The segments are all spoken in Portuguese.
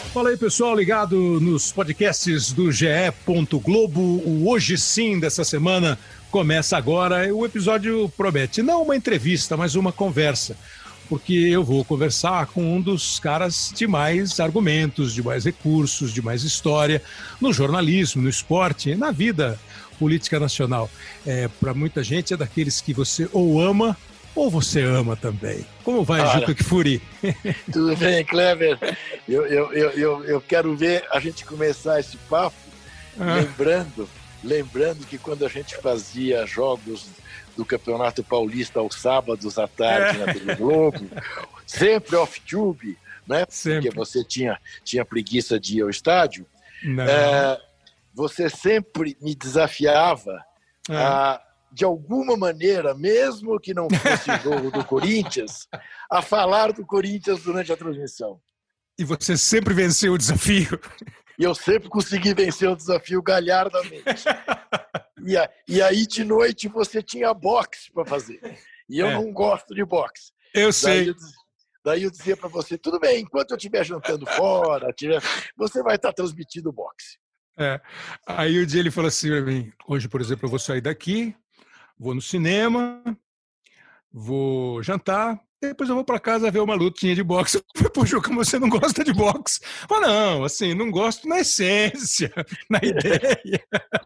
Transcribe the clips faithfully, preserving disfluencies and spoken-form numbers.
Fala aí, pessoal, ligado nos podcasts do G E. Globo. O Hoje Sim dessa semana começa agora. O episódio promete não uma entrevista, mas uma conversa, porque eu vou conversar com um dos caras de mais argumentos, de mais recursos, de mais história no jornalismo, no esporte, na vida política nacional. É, para muita gente é daqueles que você ou ama ou você ama também. Como vai, Cara, Juca Kfouri? Tudo bem, Kleber? Eu, eu, eu, eu, eu quero ver a gente começar esse papo ah. lembrando, lembrando que quando a gente fazia jogos do Campeonato Paulista aos sábados à tarde é. na T V Globo, sempre off-tube, né? Sempre. Porque você tinha, tinha preguiça de ir ao estádio. É, você sempre me desafiava é. a... de alguma maneira, mesmo que não fosse jogo do Corinthians, a falar do Corinthians durante a transmissão. E você sempre venceu o desafio. E eu sempre consegui vencer o desafio galhardamente. E, a, e aí, de noite, você tinha boxe para fazer. E eu é. não gosto de boxe. Eu sei. Daí eu, daí eu dizia para você, tudo bem, enquanto eu estiver jantando fora, tiver, você vai estar transmitindo boxe. É. Aí o dia ele falou assim para mim, hoje, por exemplo, eu vou sair daqui, vou no cinema, vou jantar, depois eu vou para casa ver uma lutinha de boxe. Eu falei, pô, Juca, você não gosta de boxe? Mas não, assim, não gosto na essência, na ideia.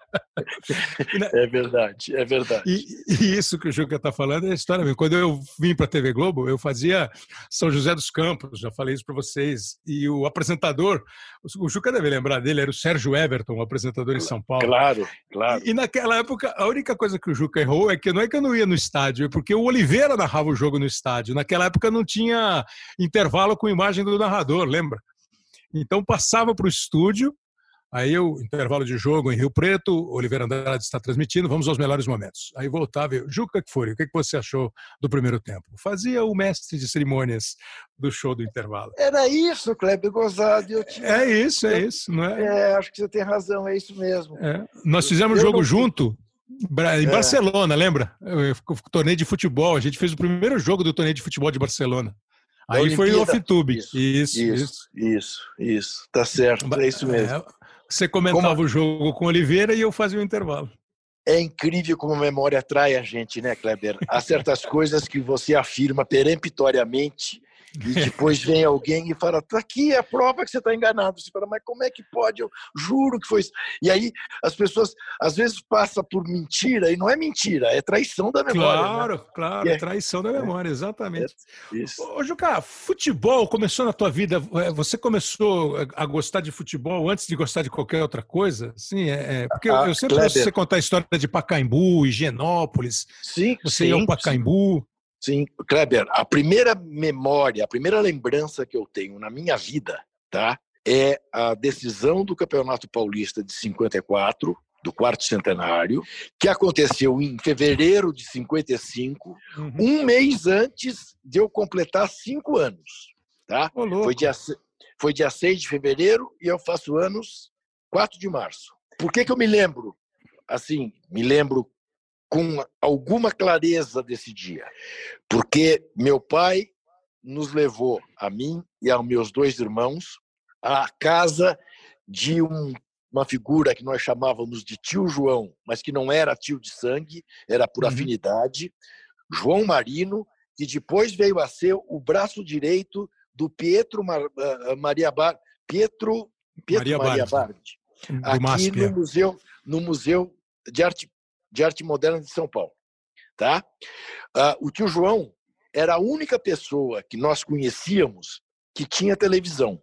É verdade, é verdade. E, e isso que o Juca está falando é a história mesmo. Quando eu vim para a T V Globo, eu fazia São José dos Campos, já falei isso para vocês, e o apresentador, o Juca deve lembrar dele, era o Sérgio Everton, o apresentador em São Paulo. Claro, claro. E, e naquela época, a única coisa que o Juca errou é que não é que eu não ia no estádio, é porque o Oliveira narrava o jogo no estádio. Naquela época não tinha intervalo com imagem do narrador, lembra? Então passava para o estúdio. Aí o intervalo de jogo em Rio Preto, Oliveira Andrade está transmitindo, vamos aos melhores momentos. Aí voltava eu, Juca Kfouri, o que você achou do primeiro tempo? Fazia o mestre de cerimônias do show do intervalo. Era isso, Kleber Gozado. Eu tinha... É isso, é isso. Não é? É, acho que você tem razão, é isso mesmo. É. Nós fizemos eu jogo não... junto em Barcelona, é. lembra? O torneio de futebol, a gente fez o primeiro jogo do torneio de futebol de Barcelona. Aí foi o off-tube. Isso isso, isso, isso, isso. Tá certo, é isso mesmo. É. Você comentava como... o jogo com o Oliveira e eu fazia o intervalo. É incrível como a memória atrai a gente, né, Kleber? Há certas coisas que você afirma peremptoriamente e depois vem alguém e fala, tá aqui a prova que você está enganado. Você fala, mas como é que pode? Eu juro que foi isso. E aí as pessoas, às vezes, passam por mentira e não é mentira, é traição da memória. Claro, né? claro, é traição da memória, exatamente. É isso. Ô, Juca, futebol começou na tua vida, você começou a gostar de futebol antes de gostar de qualquer outra coisa? Sim, é, é porque ah, eu sempre ouço você contar a história de Pacaembu, Higienópolis, sim, você sim, ia ao Pacaembu. Sim. Sim, Kleber, a primeira memória, a primeira lembrança que eu tenho na minha vida, tá, é a decisão do Campeonato Paulista de cinquenta e quatro, do quarto centenário, que aconteceu em fevereiro de cinquenta e cinco, uhum. um mês antes de eu completar cinco anos. Tá? Oh, foi, dia, foi dia seis de fevereiro e eu faço anos quatro de março. Por que que eu me lembro? Assim, me lembro com alguma clareza desse dia, porque meu pai nos levou, a mim e aos meus dois irmãos, à casa de um, uma figura que nós chamávamos de tio João, mas que não era tio de sangue, era por uhum. afinidade, João Marino, que depois veio a ser o braço direito do Pietro Mar, uh, Maria Bar, Pietro, Pietro Maria, Maria Bardi, aqui no museu, no museu de arte de Arte Moderna de São Paulo. Tá? Uh, o tio João era a única pessoa que nós conhecíamos que tinha televisão.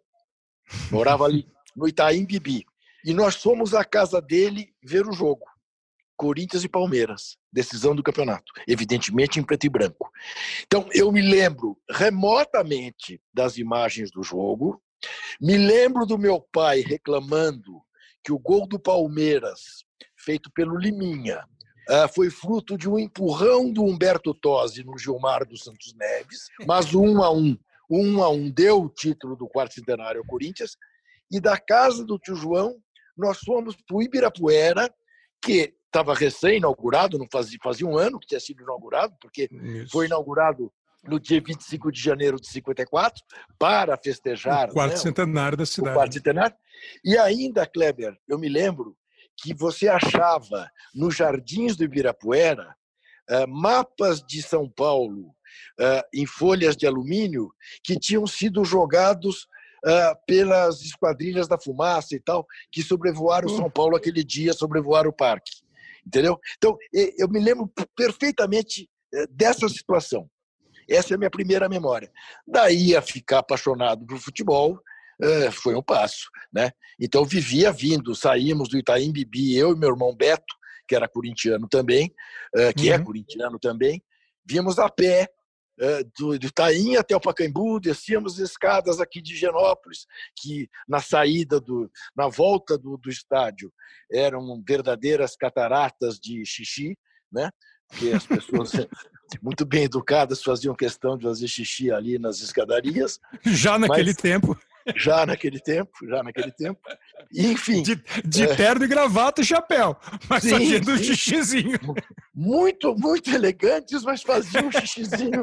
Morava ali no Itaim Bibi. E nós fomos à casa dele ver o jogo. Corinthians e Palmeiras. Decisão do campeonato. Evidentemente em preto e branco. Então, eu me lembro remotamente das imagens do jogo. Me lembro do meu pai reclamando que o gol do Palmeiras, feito pelo Liminha, foi fruto de um empurrão do Humberto Tosi no Gilmar dos Santos Neves, mas o um a um, o um a um deu o título do quarto centenário ao Corinthians, e da casa do tio João nós fomos para o Ibirapuera, que estava recém-inaugurado, não fazia, fazia um ano que tinha sido inaugurado, porque Isso. foi inaugurado no dia vinte e cinco de janeiro de cinquenta e quatro, para festejar o quarto né, centenário da cidade. O quarto centenário. E ainda, Kleber, eu me lembro que você achava nos jardins do Ibirapuera uh, mapas de São Paulo uh, em folhas de alumínio que tinham sido jogados uh, pelas esquadrilhas da fumaça e tal, que sobrevoaram uh. São Paulo aquele dia, sobrevoaram o parque. Entendeu? Então, eu me lembro perfeitamente dessa situação. Essa é a minha primeira memória. Daí a ficar apaixonado por futebol foi um passo, né? Então vivia vindo, saímos do Itaim Bibi, eu e meu irmão Beto, que era corintiano também, que uhum. é corintiano também, víamos a pé do Itaim até o Pacaembu, descíamos as escadas aqui de Higienópolis, que na saída, do, na volta do, do estádio eram verdadeiras cataratas de xixi, né? Porque as pessoas muito bem educadas faziam questão de fazer xixi ali nas escadarias. Já naquele mas, tempo. Já naquele tempo, já naquele tempo. E, enfim. De, de é... terno e gravata e chapéu, mas sim, fazendo um xixizinho. Muito, muito elegantes, mas faziam um xixizinho.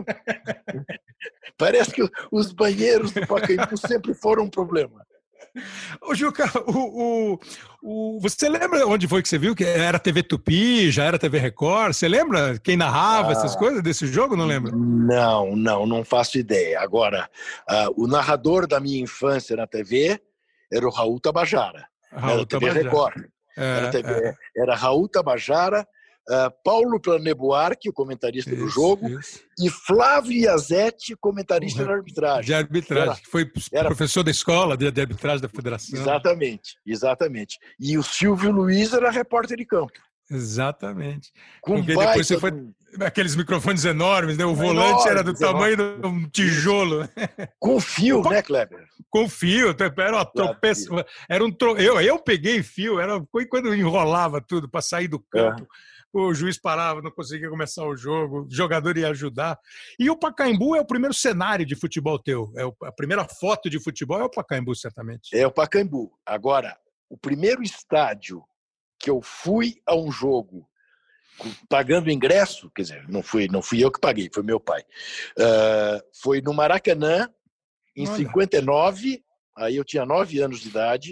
Parece que os banheiros do Pacaembu sempre foram um problema. Ô, Juca, o, o, o, você lembra onde foi que você viu? Que era T V Tupi, já era T V Record? Você lembra quem narrava ah, essas coisas desse jogo? Não lembra? Não, não, não faço ideia. Agora, uh, o narrador da minha infância na T V era o Raul Tabajara. Raul era Tabajara. T V Record. É, era, T V, é. era Raul Tabajara, uh, Paulo Plané Buarque, o comentarista isso, do jogo, isso. e Flávio Iazetti, comentarista uhum. de arbitragem. De arbitragem, era, que foi era, professor da escola de, de arbitragem da federação. Exatamente, exatamente. E o Silvio Luiz era repórter de campo. Exatamente. Com Porque depois você foi aqueles microfones enormes, né? O volante enormes, era do tamanho de um tijolo. Com fio, né, Kleber? Com fio, era uma tropeça, era um tro... eu, eu peguei fio, era quando enrolava tudo para sair do campo. É. O juiz parava, não conseguia começar o jogo, o jogador ia ajudar. E o Pacaembu é o primeiro cenário de futebol teu, é a primeira foto de futebol é o Pacaembu, certamente. É o Pacaembu. Agora, o primeiro estádio que eu fui a um jogo pagando ingresso, quer dizer, não fui, não fui eu que paguei, foi meu pai, uh, foi no Maracanã, em Olha. cinquenta e nove, aí eu tinha nove anos de idade,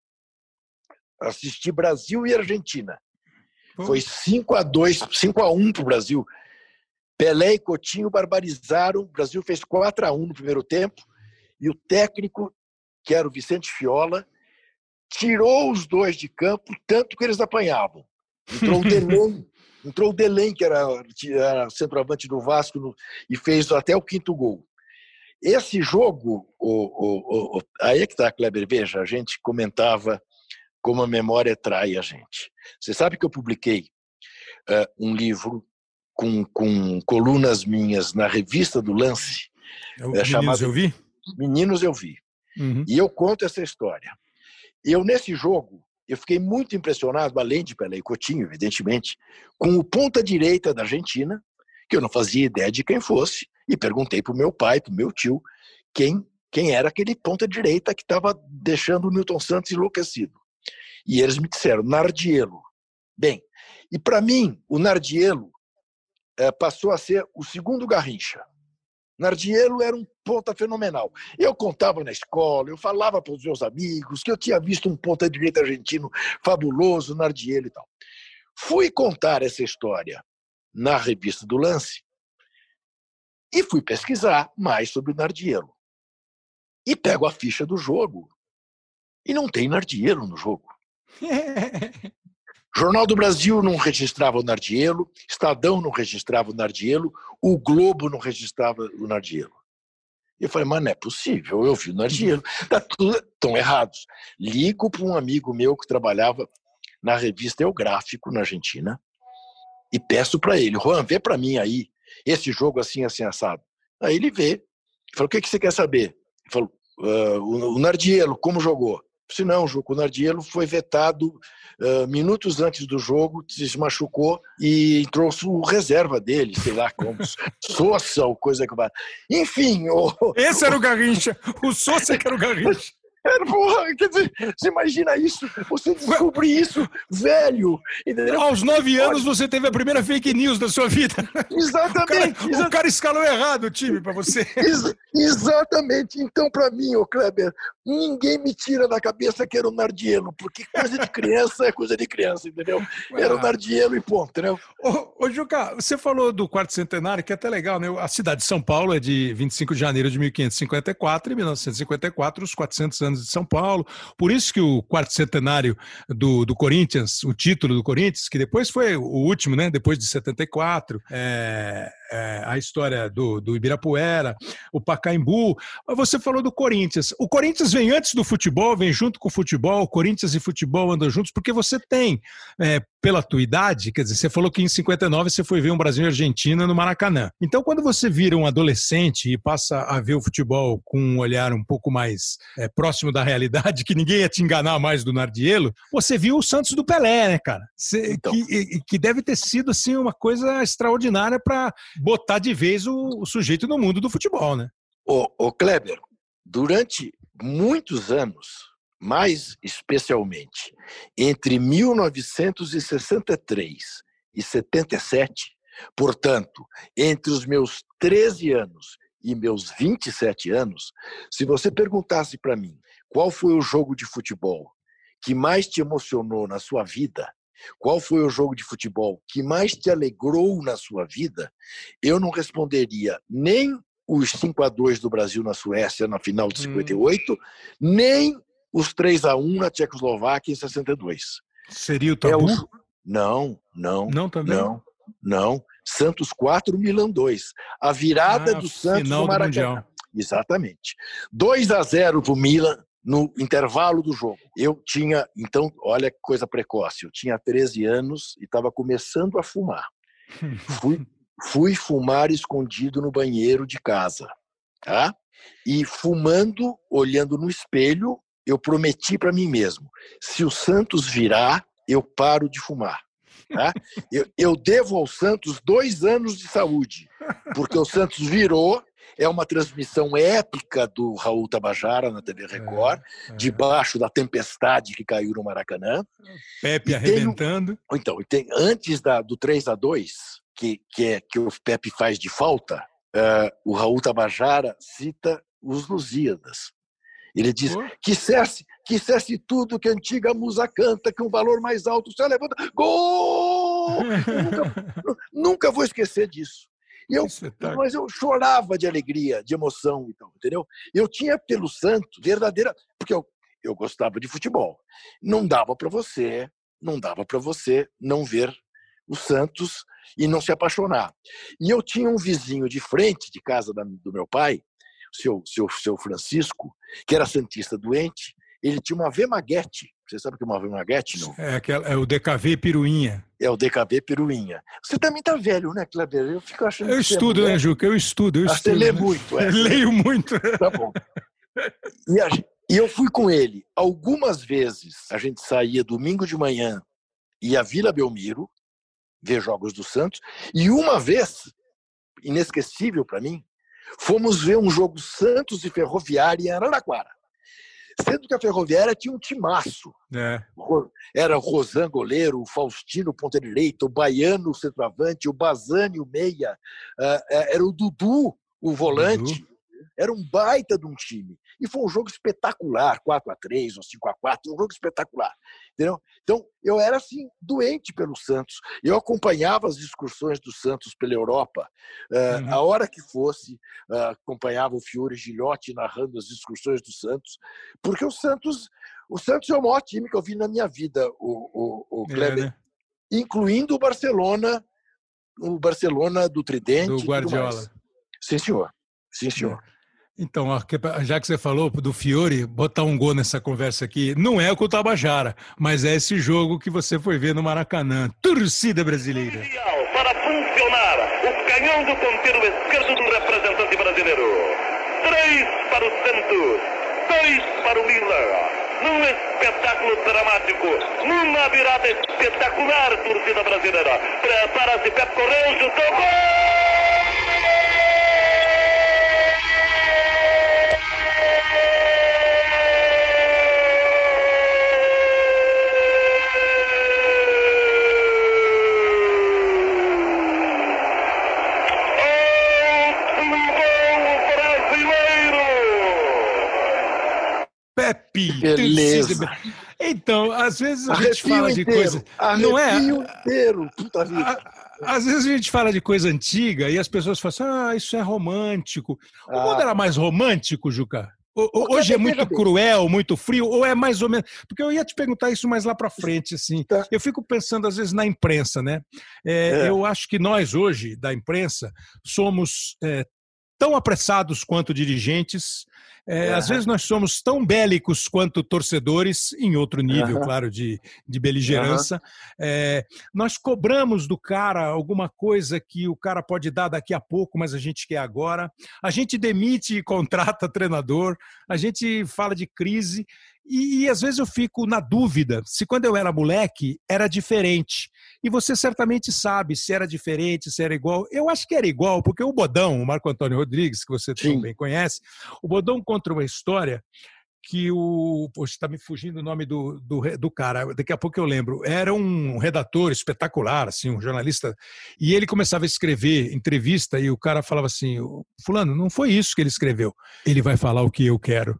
assisti Brasil e Argentina. Pô. Foi cinco a dois, cinco a um para o Brasil. Pelé e Coutinho barbarizaram, o Brasil fez quatro a um no primeiro tempo, e o técnico, que era o Vicente Fiola, tirou os dois de campo, tanto que eles apanhavam. Entrou o Delém, entrou o Delém, que era, era centroavante do Vasco, no, e fez até o quinto gol. Esse jogo, o, o, o, aí é que está, Kleber, veja, a gente comentava como a memória trai a gente. Você sabe que eu publiquei uh, um livro com, com colunas minhas na revista do Lance. É o uh, Meninos chamado Eu Vi? Meninos Eu Vi. Uhum. E eu conto essa história. Eu, nesse jogo, eu fiquei muito impressionado, além de Pelé e Coutinho, evidentemente, com o ponta-direita da Argentina, que eu não fazia ideia de quem fosse, e perguntei para o meu pai, para o meu tio, quem, quem era aquele ponta-direita que estava deixando o Newton Santos enlouquecido. E eles me disseram, Nardiello. Bem, e para mim, o Nardiello é, passou a ser o segundo Garrincha. Nardiello era um ponta fenomenal. Eu contava na escola, eu falava para os meus amigos que eu tinha visto um ponta-direita argentino fabuloso, Nardiello e tal. Fui contar essa história na revista do Lance e fui pesquisar mais sobre o Nardiello. E pego a ficha do jogo e não tem Nardiello no jogo. Jornal do Brasil não registrava o Nardiello, Estadão não registrava o Nardiello, o Globo não registrava o Nardiello. Eu falei, mas não é possível, eu vi o Nardiello, tá tudo tão errados. Ligo para um amigo meu que trabalhava na revista El Gráfico, na Argentina, e peço para ele, Juan, vê para mim aí, esse jogo assim, assim, assado. Aí ele vê, falou, o que, que você quer saber? Ele falou, uh, o Nardiello, como jogou? Se não, Juca, o Nardiello foi vetado uh, minutos antes do jogo, se machucou e trouxe o reserva dele, sei lá como, Sosa ou coisa que vai. Enfim... O, Esse era o Garrincha, o Sosa que era o Garrincha. Era, porra, quer dizer, você imagina isso, você descobre isso, velho. Entendeu? Aos nove anos você teve a primeira fake news da sua vida. Exatamente. O cara, exatamente. O cara escalou errado o time para você. Ex exatamente. Então, para mim, ô Kleber, ninguém me tira da cabeça que era o Nardiello, porque coisa de criança é coisa de criança, entendeu? Era o Nardiello e ponto, entendeu? Ô, ô Juca, você falou do quarto centenário, que é até legal, né? A cidade de São Paulo é de vinte e cinco de janeiro de mil quinhentos e cinquenta e quatro, e mil novecentos e cinquenta e quatro, os quatrocentos anos de São Paulo. Por isso que o quarto centenário do, do Corinthians, o título do Corinthians, que depois foi o último, né? Depois de setenta e quatro, é, é, a história do, do Ibirapuera, o Pacaembu. Você falou do Corinthians. O Corinthians vem antes do futebol, vem junto com o futebol, o Corinthians e futebol andam juntos, porque você tem, é, pela tua idade, quer dizer, você falou que em cinquenta e nove você foi ver um Brasil e Argentina no Maracanã. Então, quando você vira um adolescente e passa a ver o futebol com um olhar um pouco mais é, próximo da realidade, que ninguém ia te enganar mais do Nardiello, você viu o Santos do Pelé, né, cara? Cê, então. que, que deve ter sido, assim, uma coisa extraordinária para botar de vez o, o sujeito no mundo do futebol, né? Ô, ô Kleber, durante muitos anos, mais especialmente entre mil novecentos e sessenta e três e setenta e sete, portanto, entre os meus treze anos e meus vinte e sete anos, se você perguntasse para mim qual foi o jogo de futebol que mais te emocionou na sua vida, qual foi o jogo de futebol que mais te alegrou na sua vida, eu não responderia nem os cinco a dois do Brasil na Suécia na final de cinquenta e oito, hum. nem os três a um na Tchecoslováquia em sessenta e dois. Seria o tabu? É o... Não, não, não, também? não, não. Santos quatro, Milan dois. A virada ah, do Santos no Maracanã. Exatamente. dois a zero para o Milan no intervalo do jogo. Eu tinha, então, olha que coisa precoce, eu tinha treze anos e estava começando a fumar. Fui, fui fumar escondido no banheiro de casa. Tá? E fumando, olhando no espelho, eu prometi para mim mesmo, se o Santos virar, eu paro de fumar. Tá? Eu, eu devo ao Santos dois anos de saúde, porque o Santos virou, é uma transmissão épica do Raul Tabajara na T V Record, é, é. debaixo da tempestade que caiu no Maracanã. Pepe arrebentando. Tem, então, tem, antes da, do três a dois, que, que, é, que o Pepe faz de falta, uh, o Raul Tabajara cita os Lusíadas. Ele diz, oh. que, cesse, que cesse tudo que a antiga musa canta, que um valor mais alto se levanta. Gol! nunca, nunca vou esquecer disso. E eu, mas eu chorava de alegria, de emoção, então, entendeu? Eu tinha pelo Santos verdadeira... Porque eu, eu gostava de futebol. Não dava para você, não dava para você não ver o Santos e não se apaixonar. E eu tinha um vizinho de frente de casa da, do meu pai, Seu, seu, seu Francisco, que era santista doente, ele tinha uma Vemaguete. Você sabe o que é uma Vemaguete, não? É, aquela, é o D K V Piruinha. É o D K V Piruinha. Você também tá velho, né, Kleber? Eu fico achando Eu que estudo, é né, Juca? Eu estudo, eu ah, estudo. Você lê né? muito, é. Eu leio muito. Tá bom. E, a, e eu fui com ele. Algumas vezes a gente saía domingo de manhã e ia à Vila Belmiro ver jogos do Santos. E uma vez, inesquecível para mim, fomos ver um jogo Santos e Ferroviária em Araraquara. Sendo que a Ferroviária tinha um timaço. É. Era o Rosan goleiro, o Faustino ponta direita, o Baiano o centroavante, o Bazani o meia, era o Dudu o volante. Dudu. Era um baita de um time. E foi um jogo espetacular, quatro a três ou cinco a quatro, um jogo espetacular. Entendeu? Então, eu era assim, doente pelo Santos. Eu acompanhava as excursões do Santos pela Europa. Uh, uhum. A hora que fosse, uh, acompanhava o Fiore Gilhote narrando as excursões do Santos, porque o Santos, o Santos é o maior time que eu vi na minha vida, o, o, o Kleber, é, né? Incluindo o Barcelona, o Barcelona do Tridente. Do Guardiola. Sim, senhor. Sim, senhor. É. Então, já que você falou do Fiore, botar um gol nessa conversa aqui, não é com o Tabajara, mas é esse jogo que você foi ver no Maracanã. Torcida brasileira. Para funcionar o canhão do ponteiro esquerdo do representante brasileiro. Três para o Santos, dois para o Milan. Num espetáculo dramático, numa virada espetacular, torcida brasileira. Prepara-se, Pepe correu, chutou, gol! Pepe. Beleza. Então, às vezes a Arrepio gente fala de inteiro, coisa... Arrepio Não é? inteiro, puta vida. Às vezes a gente fala de coisa antiga e as pessoas falam assim, ah, isso é romântico. O mundo Ah. era mais romântico, Juca? O- Porque, Hoje é veja muito bem. cruel, muito frio, ou é mais ou menos... Porque eu ia te perguntar isso mais lá para frente, assim. Tá. Eu fico pensando, às vezes, na imprensa, né? É, É. Eu acho que nós, hoje, da imprensa, somos é, tão apressados quanto dirigentes. É, Aham. Às vezes nós somos tão bélicos quanto torcedores, em outro nível, Aham. claro, de, de beligerância. É, nós cobramos do cara alguma coisa que o cara pode dar daqui a pouco, mas a gente quer agora. A gente demite e contrata treinador. A gente fala de crise. E, e às vezes eu fico na dúvida se quando eu era moleque era diferente. E você certamente sabe se era diferente, se era igual. Eu acho que era igual, porque o Bodão, o Marco Antônio Rodrigues, que você Sim. também conhece, o Bodão conta uma história que o... Poxa, está me fugindo o nome do, do, do cara, daqui a pouco eu lembro. Era um redator espetacular, assim, um jornalista, e ele começava a escrever entrevista e o cara falava assim, fulano, não foi isso que ele escreveu. Ele vai falar o que eu quero.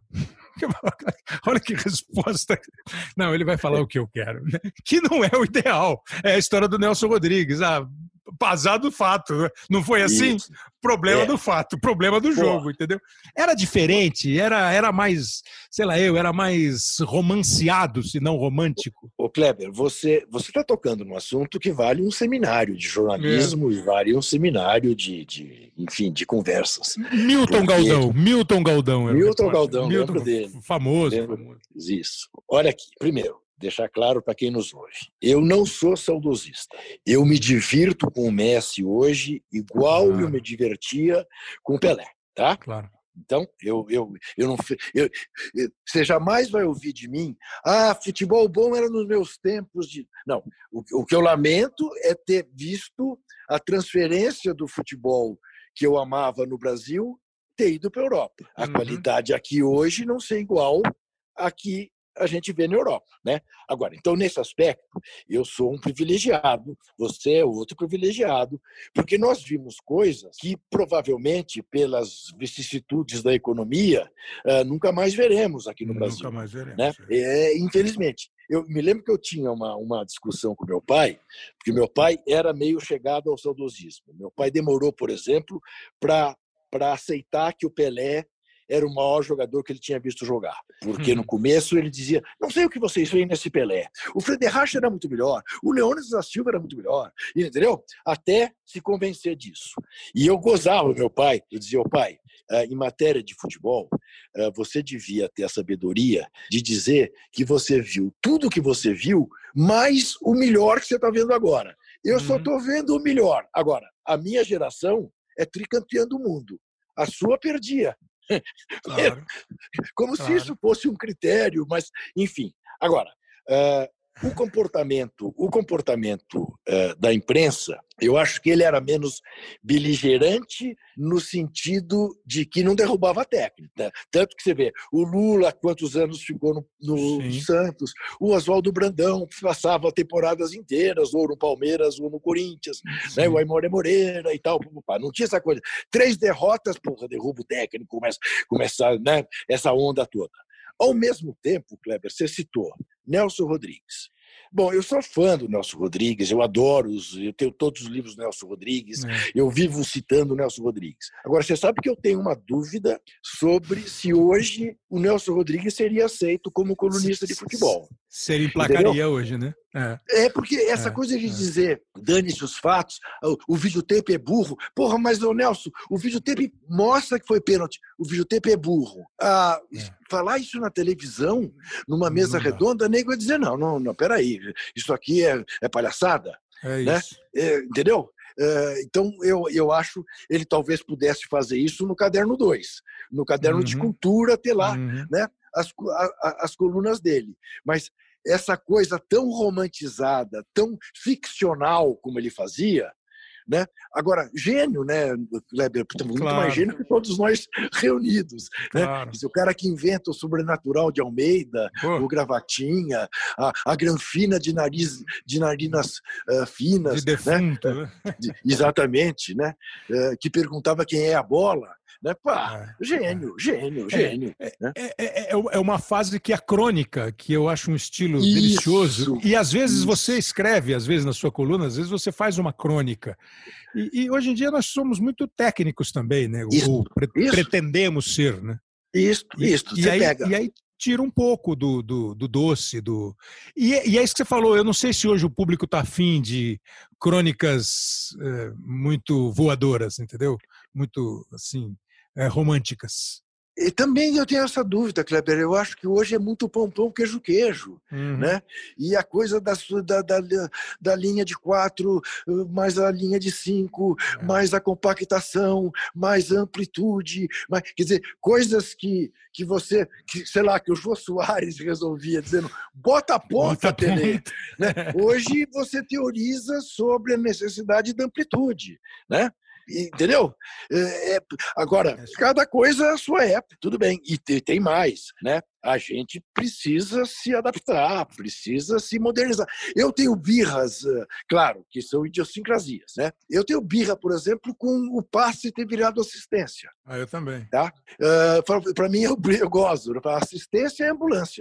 Olha que resposta. Não, ele vai falar o que eu quero. Né? Que não é o ideal. É a história do Nelson Rodrigues. Ah, basado do fato. Né? Não foi assim? Isso. Problema É. do fato, problema do Pô. jogo, entendeu? Era diferente, era, era mais, sei lá, eu, era mais romanceado, se não romântico. Ô Kleber, você você está tocando num assunto que vale um seminário de jornalismo e vale um seminário de, de enfim, de conversas. Milton Porque- Galdão, Milton Galdão. Era o Milton repórter. Galdão, Milton, lembro dele. famoso. Lembro. famoso. Isso. Olha aqui, primeiro, deixar claro para quem nos ouve. Eu não sou saudosista. Eu me divirto com o Messi hoje igual Claro. eu me divertia com o Pelé, tá? Claro. Então, eu, eu, eu não. Eu, eu, você jamais vai ouvir de mim, ah, futebol bom era nos meus tempos de. Não. O, o que eu lamento é ter visto a transferência do futebol que eu amava no Brasil ter ido para a Europa. A Uhum. qualidade aqui hoje não ser igual a que a gente vê na Europa, né? Agora, então, nesse aspecto, eu sou um privilegiado, você é outro privilegiado, porque nós vimos coisas que, provavelmente, pelas vicissitudes da economia, uh, nunca mais veremos aqui no Nunca Brasil. mais veremos. Né? É, infelizmente. Eu me lembro que eu tinha uma, uma discussão com meu pai, porque meu pai era meio chegado ao saudosismo. Meu pai demorou, por exemplo, para para aceitar que o Pelé era o maior jogador que ele tinha visto jogar. Porque no começo ele dizia, não sei o que vocês veem nesse Pelé. O Frederich era muito melhor, o Leônidas da Silva era muito melhor, entendeu? Até se convencer disso. E eu gozava, meu pai, eu dizia, oh, pai, em matéria de futebol, você devia ter a sabedoria de dizer que você viu tudo que você viu, mais o melhor que você está vendo agora. Eu uhum. só estou vendo o melhor. Agora, a minha geração é tricampeã do mundo. A sua perdia. Claro. Como claro. se isso fosse um critério, mas, enfim. Agora, uh, o comportamento, o comportamento uh, da imprensa, eu acho que ele era menos beligerante no sentido de que não derrubava a técnica. Né? Tanto que você vê, o Lula, quantos anos ficou no, no Santos, o Oswaldo Brandão passava temporadas inteiras, ou no Palmeiras, ou no Corinthians, né? O Aimoré Moreira e tal. Não tinha essa coisa. Três derrotas, porra, derruba o técnico, começa, começa né? essa onda toda. Ao mesmo tempo, Kleber, você citou Nelson Rodrigues. Bom, eu sou fã do Nelson Rodrigues, eu adoro, os, eu tenho todos os livros do Nelson Rodrigues, é. eu vivo citando o Nelson Rodrigues. Agora, você sabe que eu tenho uma dúvida sobre se hoje o Nelson Rodrigues seria aceito como colunista de futebol. Se ele emplacaria Entendeu? Hoje, né? É, é porque essa é, coisa de é. dizer, dane-se os fatos, o, o videotape é burro. Porra, mas, ô Nelson, o videotape mostra que foi pênalti, o videotape é burro. Ah, é. Falar isso na televisão, numa mesa redonda, nego vai dizer, não, não, não, peraí, isso aqui é, é palhaçada. É né? isso. É, entendeu? É, então, eu, eu acho ele talvez pudesse fazer isso no caderno dois, no caderno uhum. de cultura, ter lá uhum. né, as, a, as colunas dele. Mas essa coisa tão romantizada, tão ficcional como ele fazia, né? Agora, gênio, né, Kleber? Muito claro. mais gênio que todos nós reunidos. Claro. Né? Esse, o cara que inventa o sobrenatural de Almeida, oh. o Gravatinha, a, a granfina de, nariz, de narinas uh, finas. De defunto, né? né? De, exatamente, né? Uh, que perguntava quem é a bola. Né? Pá, é, gênio, é, gênio, gênio. É, né? é, é, é uma fase que é crônica, que eu acho um estilo isso, delicioso. E às vezes isso. você escreve, às vezes na sua coluna, às vezes você faz uma crônica. E, e hoje em dia nós somos muito técnicos também, né? Isso, Ou pre isso. pretendemos ser, né? Isso, e, isso. E você aí, pega. E aí tira um pouco do, do, do doce. Do... E, e é isso que você falou. Eu não sei se hoje o público está afim de crônicas é, muito voadoras, entendeu? Muito, assim, é, românticas. E também eu tenho essa dúvida, Kleber. Eu acho que hoje é muito pão-pão, queijo-queijo. Uhum. Né? E a coisa da, da, da, da linha de quatro, mais a linha de cinco, é. mais a compactação, mais a amplitude. Mais, quer dizer, coisas que, que você, que, sei lá, que o Jô Soares resolvia, dizendo, bota a ponta, Tele. Né? Hoje você teoriza sobre a necessidade da amplitude. Né? Entendeu? É, agora, cada coisa é a sua época, tudo bem. E tem mais, né? A gente precisa se adaptar, precisa se modernizar. Eu tenho birras, claro, que são idiosincrasias, né? Eu tenho birra, por exemplo, com o passe ter virado assistência. Ah, eu também. Tá? Uh, Para mim, eu, eu gosto. A assistência é ambulância.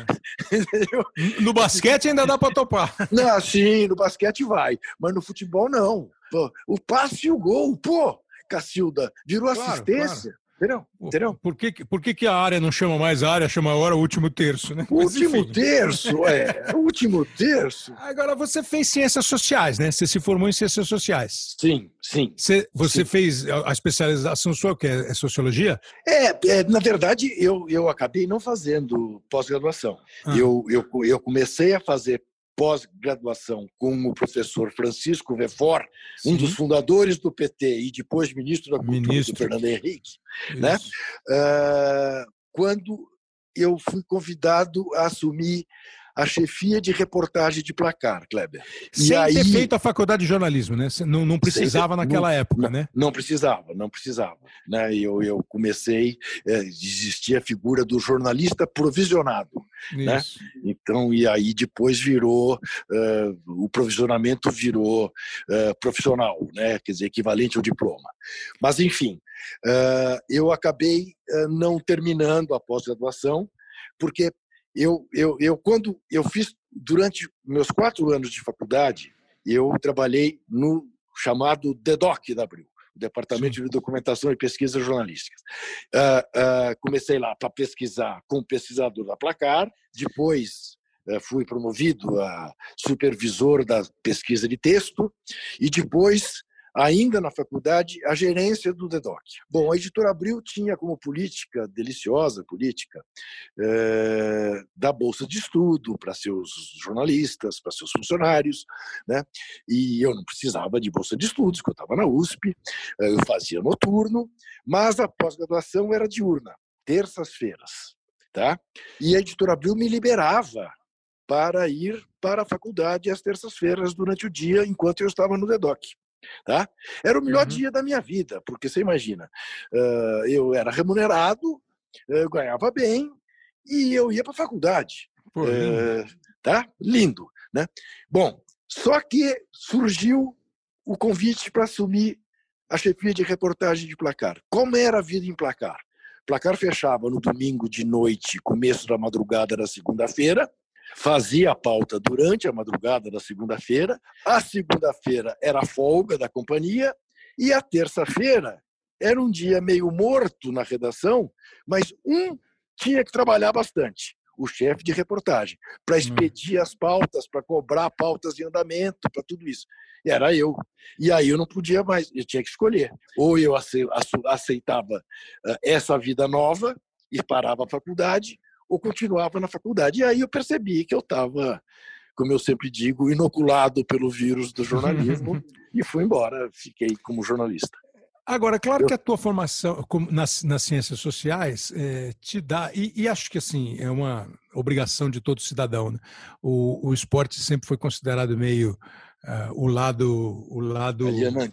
É. No basquete ainda dá para topar. Não, sim, no basquete vai. Mas no futebol, não. Pô, o passe e o gol. Pô, Cacilda, virou claro, assistência. Claro. Entendeu? Entendeu? Por, que, por que, que a área não chama mais área, chama agora o último terço, né? O último enfim. terço, é. O último terço. Agora, você fez ciências sociais, né? Você se formou em ciências sociais. Sim, sim. Você, você sim. fez a especialização sua, o que é, é sociologia? É, é, na verdade, eu, eu acabei não fazendo pós-graduação. Ah. Eu, eu, eu comecei a fazer pós-graduação com o professor Francisco Vefor, Sim. um dos fundadores do P T e depois ministro da Cultura ministro. do Fernando Henrique, né? Uh, quando eu fui convidado a assumir a chefia de reportagem de Placar, Kleber. Sem e aí, ter feito a faculdade de jornalismo, né? Não, não precisava ter, naquela não, época, não, né? Não precisava, não precisava. Né? Eu, eu comecei, é, existia a figura do jornalista provisionado. Né? Então, e aí depois virou, uh, o provisionamento virou uh, profissional, né? Quer dizer, equivalente ao diploma. Mas, enfim, uh, eu acabei uh, não terminando a pós-graduação, porque Eu, eu, eu, quando eu fiz, durante meus quatro anos de faculdade, eu trabalhei no chamado D E D O C da Abril, Departamento Sim. de Documentação e Pesquisas Jornalísticas. Uh, uh, comecei lá para pesquisar como pesquisador da Placar, depois uh, fui promovido a supervisor da pesquisa de texto e depois, ainda na faculdade, a gerência do D E D O C. Bom, a Editora Abril tinha como política, deliciosa política, é, da bolsa de estudo para seus jornalistas, para seus funcionários, né? E eu não precisava de bolsa de estudos, porque eu estava na U S P, eu fazia noturno, mas a pós-graduação era diurna, terças-feiras, tá? E a Editora Abril me liberava para ir para a faculdade às terças-feiras durante o dia, enquanto eu estava no D E D O C. Tá? Era o melhor uhum. dia da minha vida, porque você imagina, uh, eu era remunerado, eu ganhava bem e eu ia para a faculdade. Pô, lindo. Uh, tá? Lindo, né? Bom, só que surgiu o convite para assumir a chefia de reportagem de Placar. Como era a vida em Placar? Placar fechava no domingo de noite, começo da madrugada da segunda-feira, fazia a pauta durante a madrugada da segunda-feira, a segunda-feira era a folga da companhia e a terça-feira era um dia meio morto na redação, mas um tinha que trabalhar bastante, o chefe de reportagem, para expedir as pautas, para cobrar pautas em andamento, para tudo isso. E era eu. E aí eu não podia mais, eu tinha que escolher. Ou eu aceitava essa vida nova e parava a faculdade, ou continuava na faculdade. E aí eu percebi que eu estava, como eu sempre digo, inoculado pelo vírus do jornalismo e fui embora, fiquei como jornalista. Agora, claro eu... que a tua formação nas, nas ciências sociais é, te dá, e, e acho que assim, é uma obrigação de todo cidadão, né? O, o esporte sempre foi considerado meio uh, o lado... O lado alienante.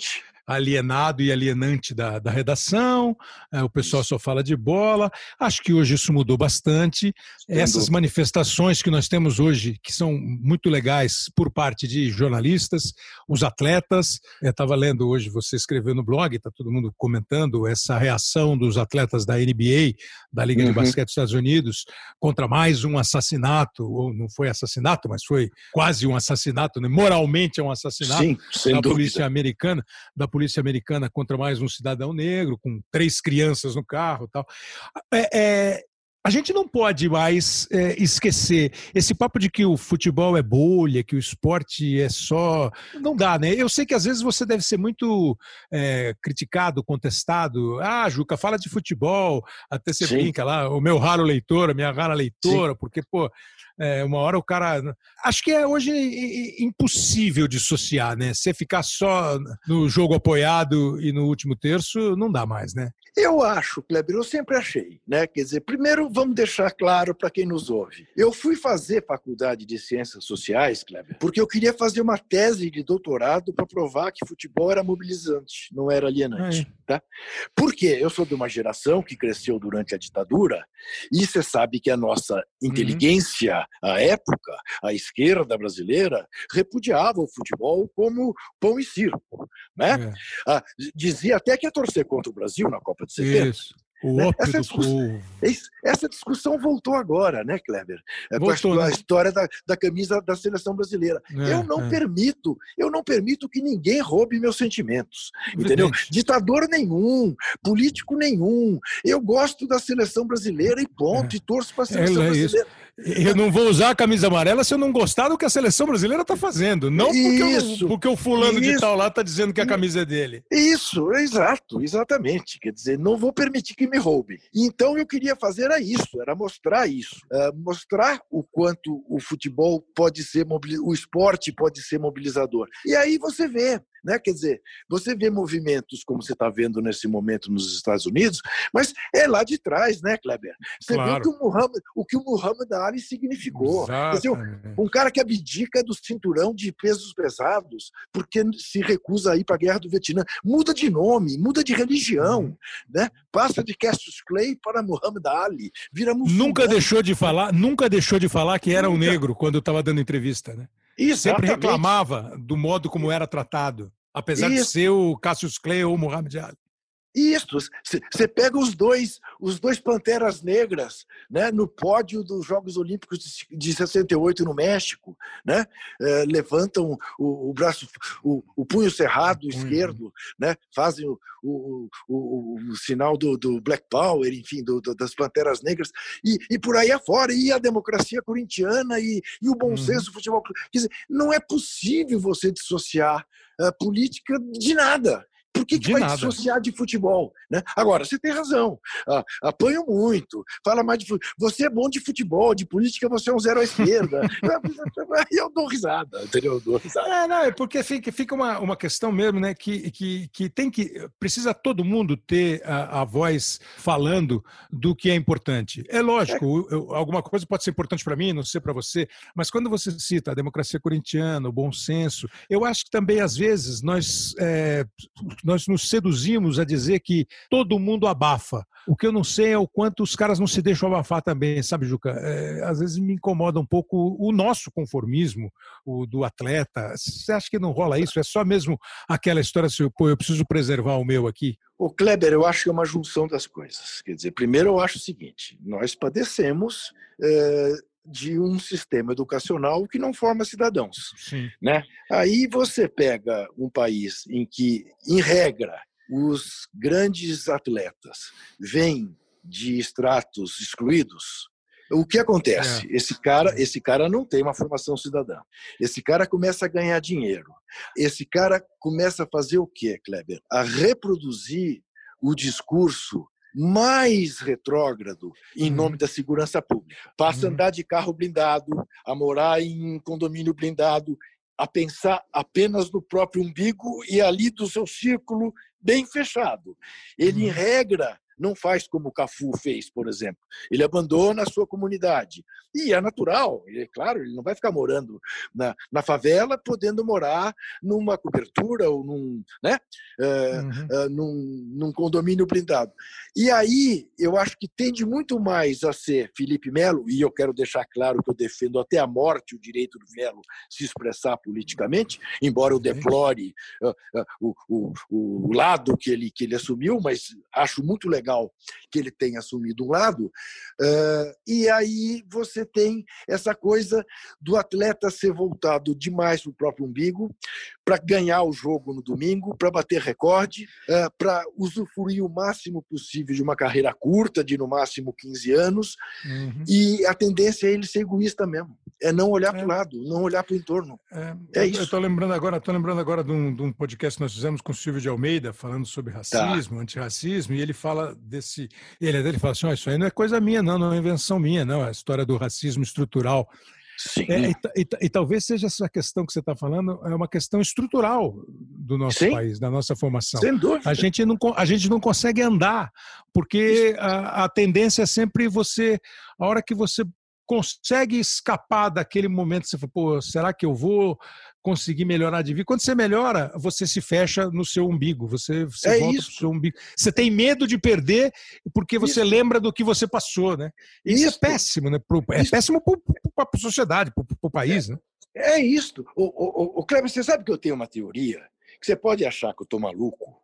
alienado e alienante da, da redação, é, o pessoal só fala de bola. Acho que hoje isso mudou bastante. Sem Essas dúvida. manifestações que nós temos hoje, que são muito legais por parte de jornalistas, os atletas. Eu estava lendo hoje, você escreveu no blog, está todo mundo comentando essa reação dos atletas da N B A, da Liga de Uhum. Basquete dos Estados Unidos, contra mais um assassinato, ou não foi assassinato, mas foi quase um assassinato, né? Moralmente é um assassinato. Sim, sem da dúvida. polícia americana, da polícia americana contra mais um cidadão negro, com três crianças no carro e tal. É, é, a gente não pode mais é, esquecer esse papo de que o futebol é bolha, que o esporte é só... Não dá, né? Eu sei que às vezes você deve ser muito é, criticado, contestado. Ah, Juca, fala de futebol, até você Sim. brinca lá, o meu raro leitor, a minha rara leitora, Sim. porque, pô, é, uma hora o cara... Acho que é hoje impossível dissociar, né? Você ficar só no jogo apoiado e no último terço, não dá mais, né? Eu acho, Kleber, eu sempre achei, né? Quer dizer, primeiro vamos deixar claro para quem nos ouve. Eu fui fazer faculdade de Ciências Sociais, Kleber, porque eu queria fazer uma tese de doutorado para provar que futebol era mobilizante, não era alienante. É. Tá? Por quê? Eu sou de uma geração que cresceu durante a ditadura e você sabe que a nossa inteligência, uhum. à época, a esquerda brasileira, repudiava o futebol como pão e circo. Né? É. Ah, dizia até que ia torcer contra o Brasil na Copa de setenta. Isso. O né? ópio essa, do discussão, povo. essa discussão voltou agora, né, Kleber? Voltou, com a, né? a história da, da camisa da seleção brasileira. É, eu não é. permito, eu não permito que ninguém roube meus sentimentos. Evidente. Entendeu? Ditador nenhum, político nenhum. Eu gosto da seleção brasileira e ponto, é. e torço para a seleção é brasileira. Eu não vou usar a camisa amarela se eu não gostar do que a seleção brasileira está fazendo. Não porque, isso, eu, porque o fulano isso, de tal lá está dizendo que a camisa é dele. Isso, exato, exatamente. Quer dizer, não vou permitir que me roube. Então eu queria fazer era isso, era mostrar isso. Uh, mostrar o quanto o futebol pode ser, o esporte pode ser mobilizador. E aí você vê, né? Quer dizer, você vê movimentos como você está vendo nesse momento nos Estados Unidos, mas é lá de trás, né, Kleber? Você claro. vê o que o Muhammad, o que o Muhammad Ali significou. Quer dizer, um cara que abdica do cinturão de pesos pesados porque se recusa a ir para a guerra do Vietnã. Muda de nome, muda de religião, hum. né? Passa de Cassius Clay para Muhammad Ali, vira muçulmano. Nunca deixou de falar, nunca deixou de falar que era nunca. um negro quando estava dando entrevista, né? Exatamente. Sempre reclamava do modo como era tratado, apesar Isso. de ser o Cassius Clay ou o Muhammad Ali. Isso, você pega os dois, os dois Panteras Negras, né, no pódio dos Jogos Olímpicos de sessenta e oito no México, né, é, levantam o, o braço, o, o punho cerrado esquerdo, né, fazem o, o, o, o sinal do, do Black Power, enfim, do, do, das Panteras Negras, e, e por aí afora, e a democracia corintiana e, e o bom senso do futebol. Quer dizer, não é possível você dissociar a política de nada. Por que, que de vai nada. dissociar de futebol? Né? Agora, você tem razão. Ah, apanho muito. Fala mais de futebol. Você é bom de futebol, de política você é um zero à esquerda. E eu dou risada, entendeu? Eu dou risada. É, não, é porque fica, fica uma, uma questão mesmo, né? Que, que, que tem que. Precisa todo mundo ter a, a voz falando do que é importante. É lógico, é. Eu, alguma coisa pode ser importante para mim, não sei para você, mas quando você cita a democracia corintiana, o bom senso, eu acho que também, às vezes, nós. É, nós nos seduzimos a dizer que todo mundo abafa. O que eu não sei é o quanto os caras não se deixam abafar também, sabe, Juca? É, às vezes me incomoda um pouco o nosso conformismo, o do atleta. Você acha que não rola isso? É só mesmo aquela história assim, pô, eu preciso preservar o meu aqui? Ô, Kleber, eu acho que é uma junção das coisas. Quer dizer, primeiro eu acho o seguinte, nós padecemos... É... de um sistema educacional que não forma cidadãos. Sim. Né? Aí você pega um país em que, em regra, os grandes atletas vêm de estratos excluídos. O que acontece? É. Esse cara, esse cara não tem uma formação cidadã. Esse cara começa a ganhar dinheiro. Esse cara começa a fazer o quê, Kleber? A reproduzir o discurso mais retrógrado em nome da segurança pública. Passa a andar de carro blindado, a morar em condomínio blindado, a pensar apenas no próprio umbigo e ali do seu círculo bem fechado. Ele, em regra, não faz como o Cafu fez, por exemplo. Ele abandona a sua comunidade. E é natural, é claro, ele não vai ficar morando na, na favela, podendo morar numa cobertura ou num, né? uh, uhum. uh, num, num condomínio blindado. E aí, eu acho que tende muito mais a ser Felipe Melo, e eu quero deixar claro que eu defendo até a morte o direito do Melo se expressar politicamente, embora eu deplore uh, uh, o, o, o lado que ele, que ele assumiu, mas acho muito legal que ele tenha assumido um lado. Uh, e aí você tem essa coisa do atleta ser voltado demais para o próprio umbigo, para ganhar o jogo no domingo, para bater recorde, uh, para usufruir o máximo possível de uma carreira curta, de no máximo quinze anos, uhum. E a tendência é ele ser egoísta mesmo, é não olhar é. para o lado, não olhar para o entorno. É, é isso. Eu estou lembrando agora, tô lembrando agora de um, de um podcast que nós fizemos com o Silvio de Almeida, falando sobre racismo, tá. antirracismo, e ele fala desse... Ele, ele fala assim, oh, isso aí não é coisa minha, não, não é invenção minha, não, é a história do racismo estrutural. Sim. É, e, e, e talvez seja essa questão que você está falando, é uma questão estrutural do nosso Sim. país, da nossa formação. Sem dúvida. A gente não, a gente não consegue andar, porque a, a tendência é sempre você, a hora que você consegue escapar daquele momento, você fala, pô, será que eu vou conseguir melhorar de vida? Quando você melhora, você se fecha no seu umbigo, você, você é volta isso. pro seu umbigo. Você tem medo de perder porque você isso. lembra do que você passou, né? Isso, isso. é péssimo, né? Pro, é isso. péssimo para a sociedade, para o país, é, né? É isso. O, o, o Kleber, você sabe que eu tenho uma teoria que você pode achar que eu estou maluco,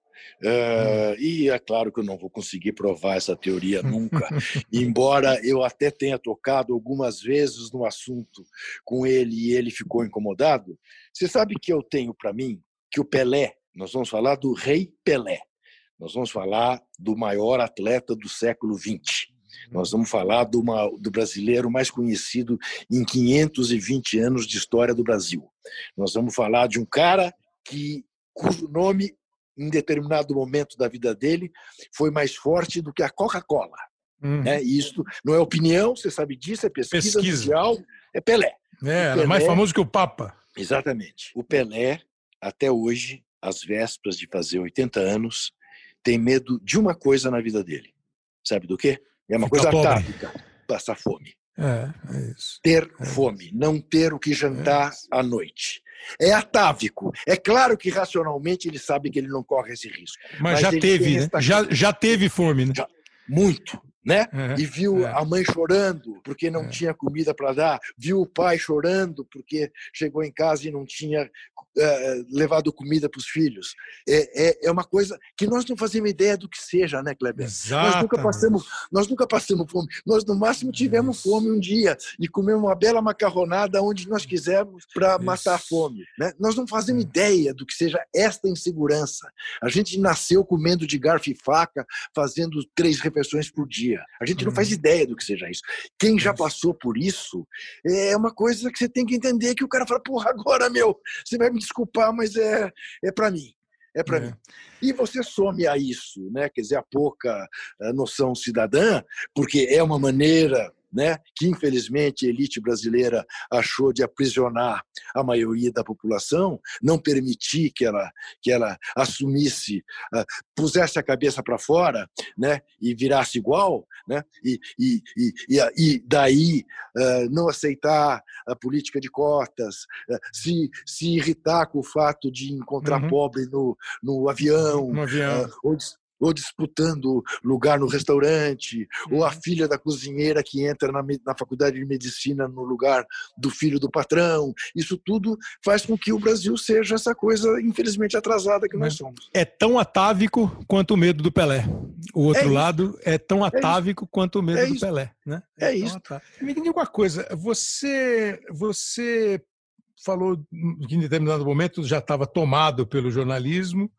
Uh, e é claro que eu não vou conseguir provar essa teoria nunca, embora eu até tenha tocado algumas vezes no assunto com ele e ele ficou incomodado. Você sabe que eu tenho para mim que o Pelé, nós vamos falar do Rei Pelé, nós vamos falar do maior atleta do século vinte, nós vamos falar do, uma, do brasileiro mais conhecido em quinhentos e vinte anos de história do Brasil. Nós vamos falar de um cara que, cujo nome em determinado momento da vida dele, foi mais forte do que a Coca-Cola. Uhum. Né? E isso não é opinião, você sabe disso, é pesquisa, pesquisa. mundial, é Pelé. É, era mais famoso que o Papa. Exatamente. O Pelé, até hoje, às vésperas de fazer oitenta anos, tem medo de uma coisa na vida dele. Sabe do quê? É uma Ficar coisa atávica, passar fome. É, é isso. Ter é fome, isso. não ter o que jantar é à noite. É atávico. É claro que racionalmente ele sabe que ele não corre esse risco. Mas, mas já teve, né? Já, já teve fome, né? Já, muito. Né? É, e viu é. a mãe chorando porque não é. tinha comida para dar, viu o pai chorando porque chegou em casa e não tinha uh, levado comida para os filhos. É, é, é uma coisa que nós não fazemos ideia do que seja, né, Kleber? Exatamente. Nós nunca passamos, nós nunca passamos fome. Nós, no máximo, tivemos Isso. fome um dia e comemos uma bela macarronada onde nós quisermos para matar a fome. Né? Nós não fazemos é. ideia do que seja esta insegurança. A gente nasceu comendo de garfo e faca, fazendo três refeições por dia. A gente não faz ideia do que seja isso. Quem já passou por isso é uma coisa que você tem que entender, que o cara fala, porra, agora, meu, você vai me desculpar, mas é, é para mim. É para é. mim. E você some a isso, né? Quer dizer, a pouca noção cidadã, porque é uma maneira... Né, que infelizmente a elite brasileira achou de aprisionar a maioria da população, não permitir que ela, que ela assumisse, uh, pusesse a cabeça para fora, né, e virasse igual, né, e, e, e, e daí uh, não aceitar a política de cotas, uh, se, se irritar com o fato de encontrar uhum. pobre no, no avião, no avião. Uh, ou ou disputando lugar no restaurante, uhum. ou a filha da cozinheira que entra na, na faculdade de medicina no lugar do filho do patrão. Isso tudo faz com que o Brasil seja essa coisa, infelizmente, atrasada que Mas nós somos. É tão atávico quanto o medo do Pelé. O outro é lado é tão atávico é quanto o medo é do Pelé. Né? É, é isso. Atávico. Me diga uma coisa, você... você falou que em determinado momento já estava tomado pelo jornalismo.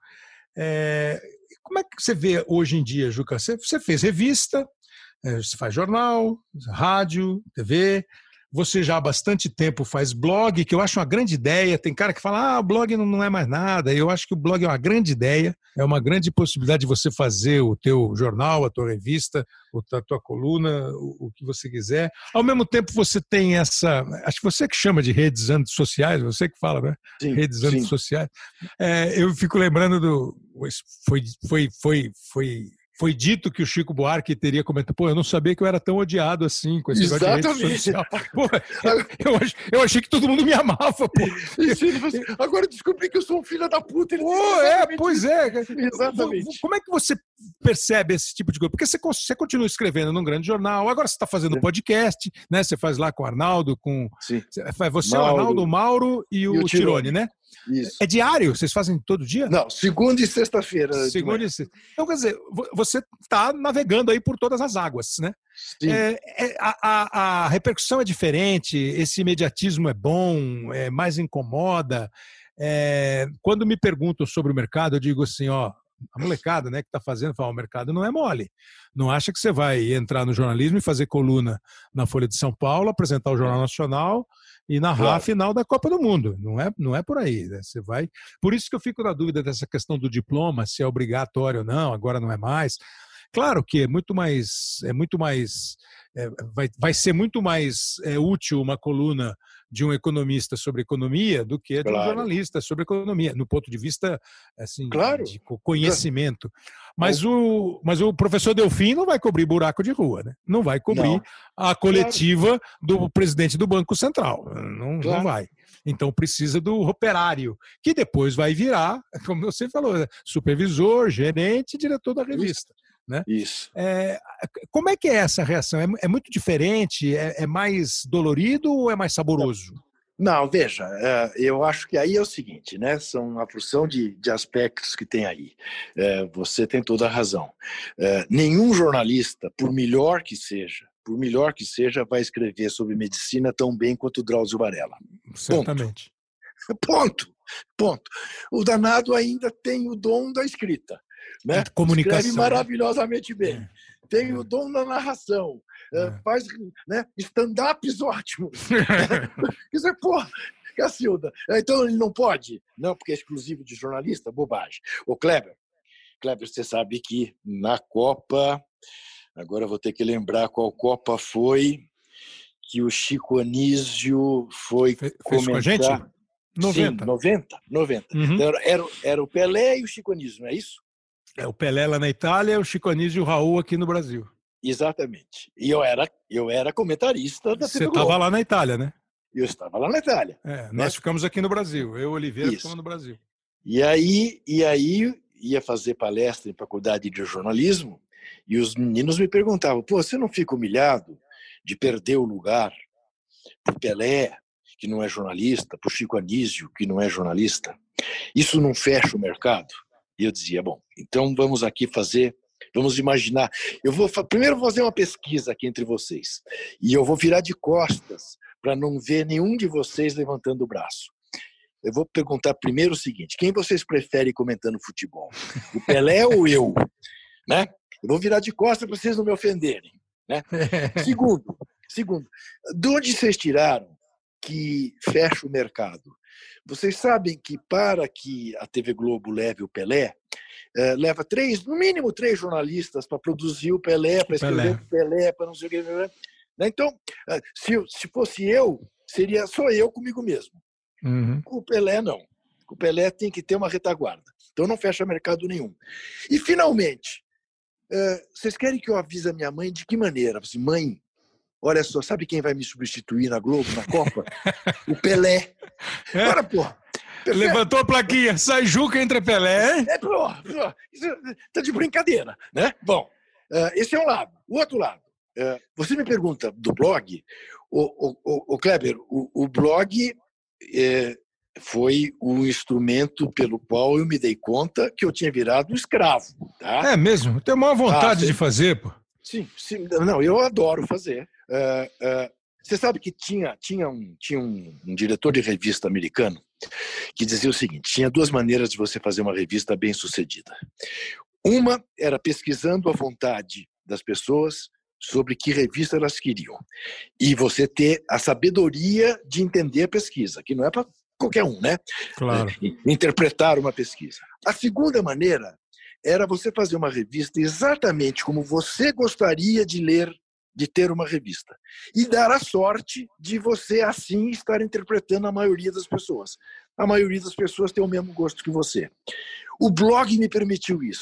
É... Como é que você vê hoje em dia, Juca? Você, você fez revista, você faz jornal, rádio, T V, você já há bastante tempo faz blog, que eu acho uma grande ideia. Tem cara que fala, ah, o blog não é mais nada. Eu acho que o blog é uma grande ideia, é uma grande possibilidade de você fazer o teu jornal, a tua revista, a tua coluna, o, o que você quiser. Ao mesmo tempo você tem essa, acho que você que chama de redes antissociais, você que fala, né? Sim, redes sim. antissociais. É, eu fico lembrando do, foi, foi, foi, foi foi dito que o Chico Buarque teria comentado, pô, eu não sabia que eu era tão odiado assim com esse negócio de rede social. Pô, eu, eu, ach, eu achei que todo mundo me amava, pô. Agora eu descobri que eu sou um filho da puta. Ele pô, é, pois é. Exatamente. Como é que você percebe esse tipo de coisa? Porque você, você continua escrevendo num grande jornal, agora você está fazendo é. podcast, né? Você faz lá com o Arnaldo, com... Sim. Você, Mauro, o Arnaldo, o Mauro e o, e o Tirone, Tirone, né? Isso. É diário? Vocês fazem todo dia? Não, segunda e sexta-feira. Segunda e sexta. Então, quer dizer, você está navegando aí por todas as águas, né? Sim. É, é, a, a, a repercussão é diferente, esse imediatismo é bom, é, mais incomoda. É, quando me perguntam sobre o mercado, eu digo assim, ó, a molecada, né, que está fazendo, fala, o mercado não é mole. Não acha que você vai entrar no jornalismo e fazer coluna na Folha de São Paulo, apresentar o Jornal Nacional e narrar claro. a final da Copa do Mundo. Não é, não é por aí, né? Você vai... Por isso que eu fico na dúvida dessa questão do diploma, se é obrigatório ou não, agora não é mais. Claro que é muito mais... É muito mais é, vai, vai ser muito mais é, útil uma coluna de um economista sobre economia do que de um claro. jornalista sobre economia, no ponto de vista assim, claro. de conhecimento. Mas o, mas o professor Delfim não vai cobrir buraco de rua, né? Não vai cobrir não. a coletiva claro. do presidente do Banco Central. Não, claro. não vai. Então precisa do operário, que depois vai virar, como você falou, supervisor, gerente, diretor da revista. Né? Isso. É, como é que é essa reação? É, é muito diferente? É, é mais dolorido ou é mais saboroso? Não, veja, eu acho que aí é o seguinte, né? São uma porção de, de aspectos que tem aí. Você tem toda a razão. Nenhum jornalista, por melhor que seja, por melhor que seja, vai escrever sobre medicina tão bem quanto o Drauzio Varela. Certamente. Ponto. Ponto. Ponto. O danado ainda tem o dom da escrita. Né? Comunicação. Escreve maravilhosamente bem. É. Tem o dom da narração. É. Faz, né, stand-ups ótimos. Quer dizer, porra, Cacilda. Então ele não pode? Não, porque é exclusivo de jornalista? Bobagem. Ô, Kleber, Kleber, você sabe que na Copa, agora eu vou ter que lembrar qual Copa foi, que o Chico Anísio foi Fe, comentar... Fez com a gente? noventa. Sim, noventa. noventa. Uhum. Então, era, era o Pelé e o Chico Anísio, não é isso? É o Pelé lá na Itália, o Chico Anísio e o Raul aqui no Brasil. Exatamente. E eu era, eu era comentarista da Você estava lá na Itália, né? Eu estava lá na Itália. É, nós né? ficamos aqui no Brasil. Eu e Oliveira ficamos no Brasil. E aí, e aí ia fazer palestra em faculdade de jornalismo e os meninos me perguntavam, pô, você não fica humilhado de perder o lugar pro Pelé, que não é jornalista, pro Chico Anísio, que não é jornalista? Isso não fecha o mercado? E eu dizia, bom, então vamos aqui fazer, vamos imaginar. Eu vou primeiro vou fazer uma pesquisa aqui entre vocês. E eu vou virar de costas para não ver nenhum de vocês levantando o braço. Eu vou perguntar primeiro o seguinte, quem vocês preferem comentando futebol? O Pelé ou eu? Né? Eu vou virar de costas para vocês não me ofenderem. Né? Segundo, segundo, de onde vocês tiraram que fecha o mercado? Vocês sabem que para que a T V Globo leve o Pelé, eh, leva três, no mínimo três jornalistas para produzir o Pelé, para escrever o Pelé, para não sei o que. Né? Então, se, se fosse eu, seria só eu comigo mesmo. Uhum. O Pelé não. O Pelé tem que ter uma retaguarda. Então não fecha mercado nenhum. E finalmente, eh, vocês querem que eu avise a minha mãe de que maneira? Assim, mãe, olha só, sabe quem vai me substituir na Globo, na Copa? O Pelé. Agora, porra. Pelé. Levantou a plaquinha, sai Juca entre Pelé. É, porra, porra. Isso tá de brincadeira, né? Bom, uh, esse é um lado. O outro lado, uh, você me pergunta do blog, o, o, o, o Kleber, o, o blog eh, foi o instrumento pelo qual eu me dei conta que eu tinha virado um escravo. Tá? É mesmo? Tenho maior vontade ah, de fazer, pô. Sim, sim, não, eu adoro fazer. Uh, uh, você sabe que tinha, tinha, um, tinha um, um diretor de revista americano que dizia o seguinte, tinha duas maneiras de você fazer uma revista bem sucedida. Uma era pesquisando a vontade das pessoas sobre que revista elas queriam. E você ter a sabedoria de entender a pesquisa, que não é para qualquer um, né? Claro. É, interpretar uma pesquisa. A segunda maneira era você fazer uma revista exatamente como você gostaria de ler, de ter uma revista. E dar a sorte de você, assim, estar interpretando a maioria das pessoas. A maioria das pessoas tem o mesmo gosto que você. O blog me permitiu isso.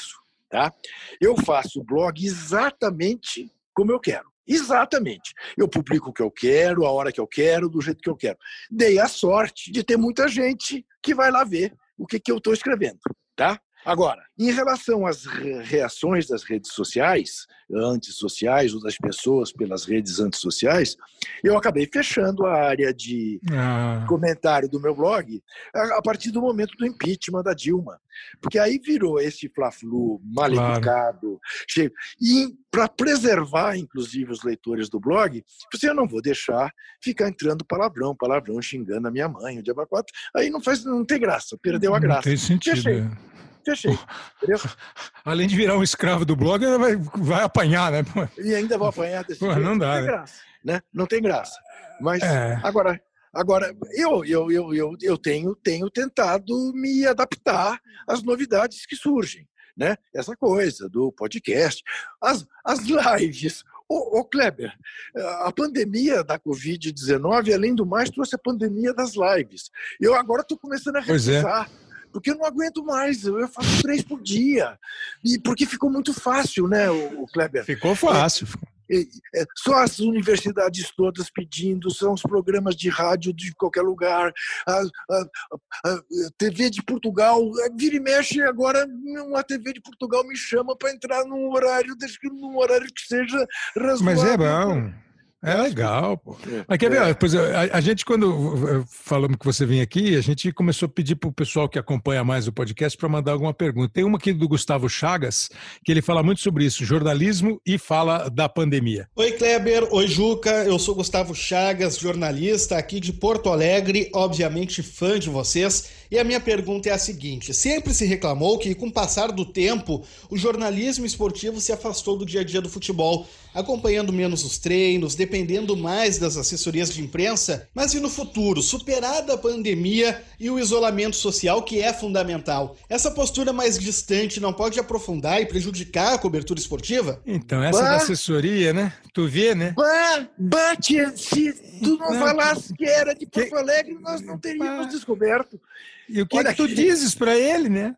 tá? Eu faço o blog exatamente como eu quero. Exatamente. Eu publico o que eu quero, a hora que eu quero, do jeito que eu quero. Dei a sorte de ter muita gente que vai lá ver o que, que eu estou escrevendo, tá? Agora, em relação às reações das redes sociais, antissociais, ou das pessoas pelas redes antissociais, eu acabei fechando a área de ah. comentário do meu blog a partir do momento do impeachment da Dilma. Porque aí virou esse fla-flu mal educado. Claro. E para preservar, inclusive, os leitores do blog, eu não vou deixar ficar entrando palavrão, palavrão, xingando a minha mãe, o diabo quatro. Aí não, faz, não tem graça, perdeu a graça. Não tem sentido. Fechei. Fechei. Entendeu? Além de virar um escravo do blog, ela vai, vai apanhar, né? E ainda vou apanhar desse Pô, jeito. Não dá, não tem né? graça, né? Não tem graça. Mas é. agora, agora eu, eu, eu, eu, eu tenho, tenho tentado me adaptar às novidades que surgem, né? Essa coisa do podcast, as, as lives. Ô, ô Kleber, a pandemia da covid dezenove, além do mais, trouxe a pandemia das lives. Eu agora estou começando a repensar. É. Porque eu não aguento mais, eu faço três por dia. E porque ficou muito fácil, né, o Kleber? Ficou fácil. É, é, só as universidades todas pedindo, são os programas de rádio de qualquer lugar, a, a, a, a T V de Portugal, vira e mexe, agora uma T V de Portugal me chama para entrar num horário, num horário que seja razoável. Mas é bom. É legal, pô. Mas quer ver, é. pois a, a gente, quando falamos que você vinha aqui, a gente começou a pedir para o pessoal que acompanha mais o podcast para mandar alguma pergunta. Tem uma aqui do Gustavo Chagas, que ele fala muito sobre isso, jornalismo, e fala da pandemia. Oi, Kleber. Oi, Juca. Eu sou Gustavo Chagas, jornalista aqui de Porto Alegre, obviamente fã de vocês. E a minha pergunta é a seguinte: sempre se reclamou que, com o passar do tempo, o jornalismo esportivo se afastou do dia a dia do futebol, acompanhando menos os treinos, dependendo mais das assessorias de imprensa. Mas e no futuro, superada a pandemia e o isolamento social, que é fundamental, essa postura mais distante não pode aprofundar e prejudicar a cobertura esportiva? Então, essa bah, da assessoria, né? Tu vê, né? Bah, bah, tia, se tu não, não falasse que era de Porto Alegre, nós não teríamos bah. descoberto. E o que, que tu dizes para ele, né?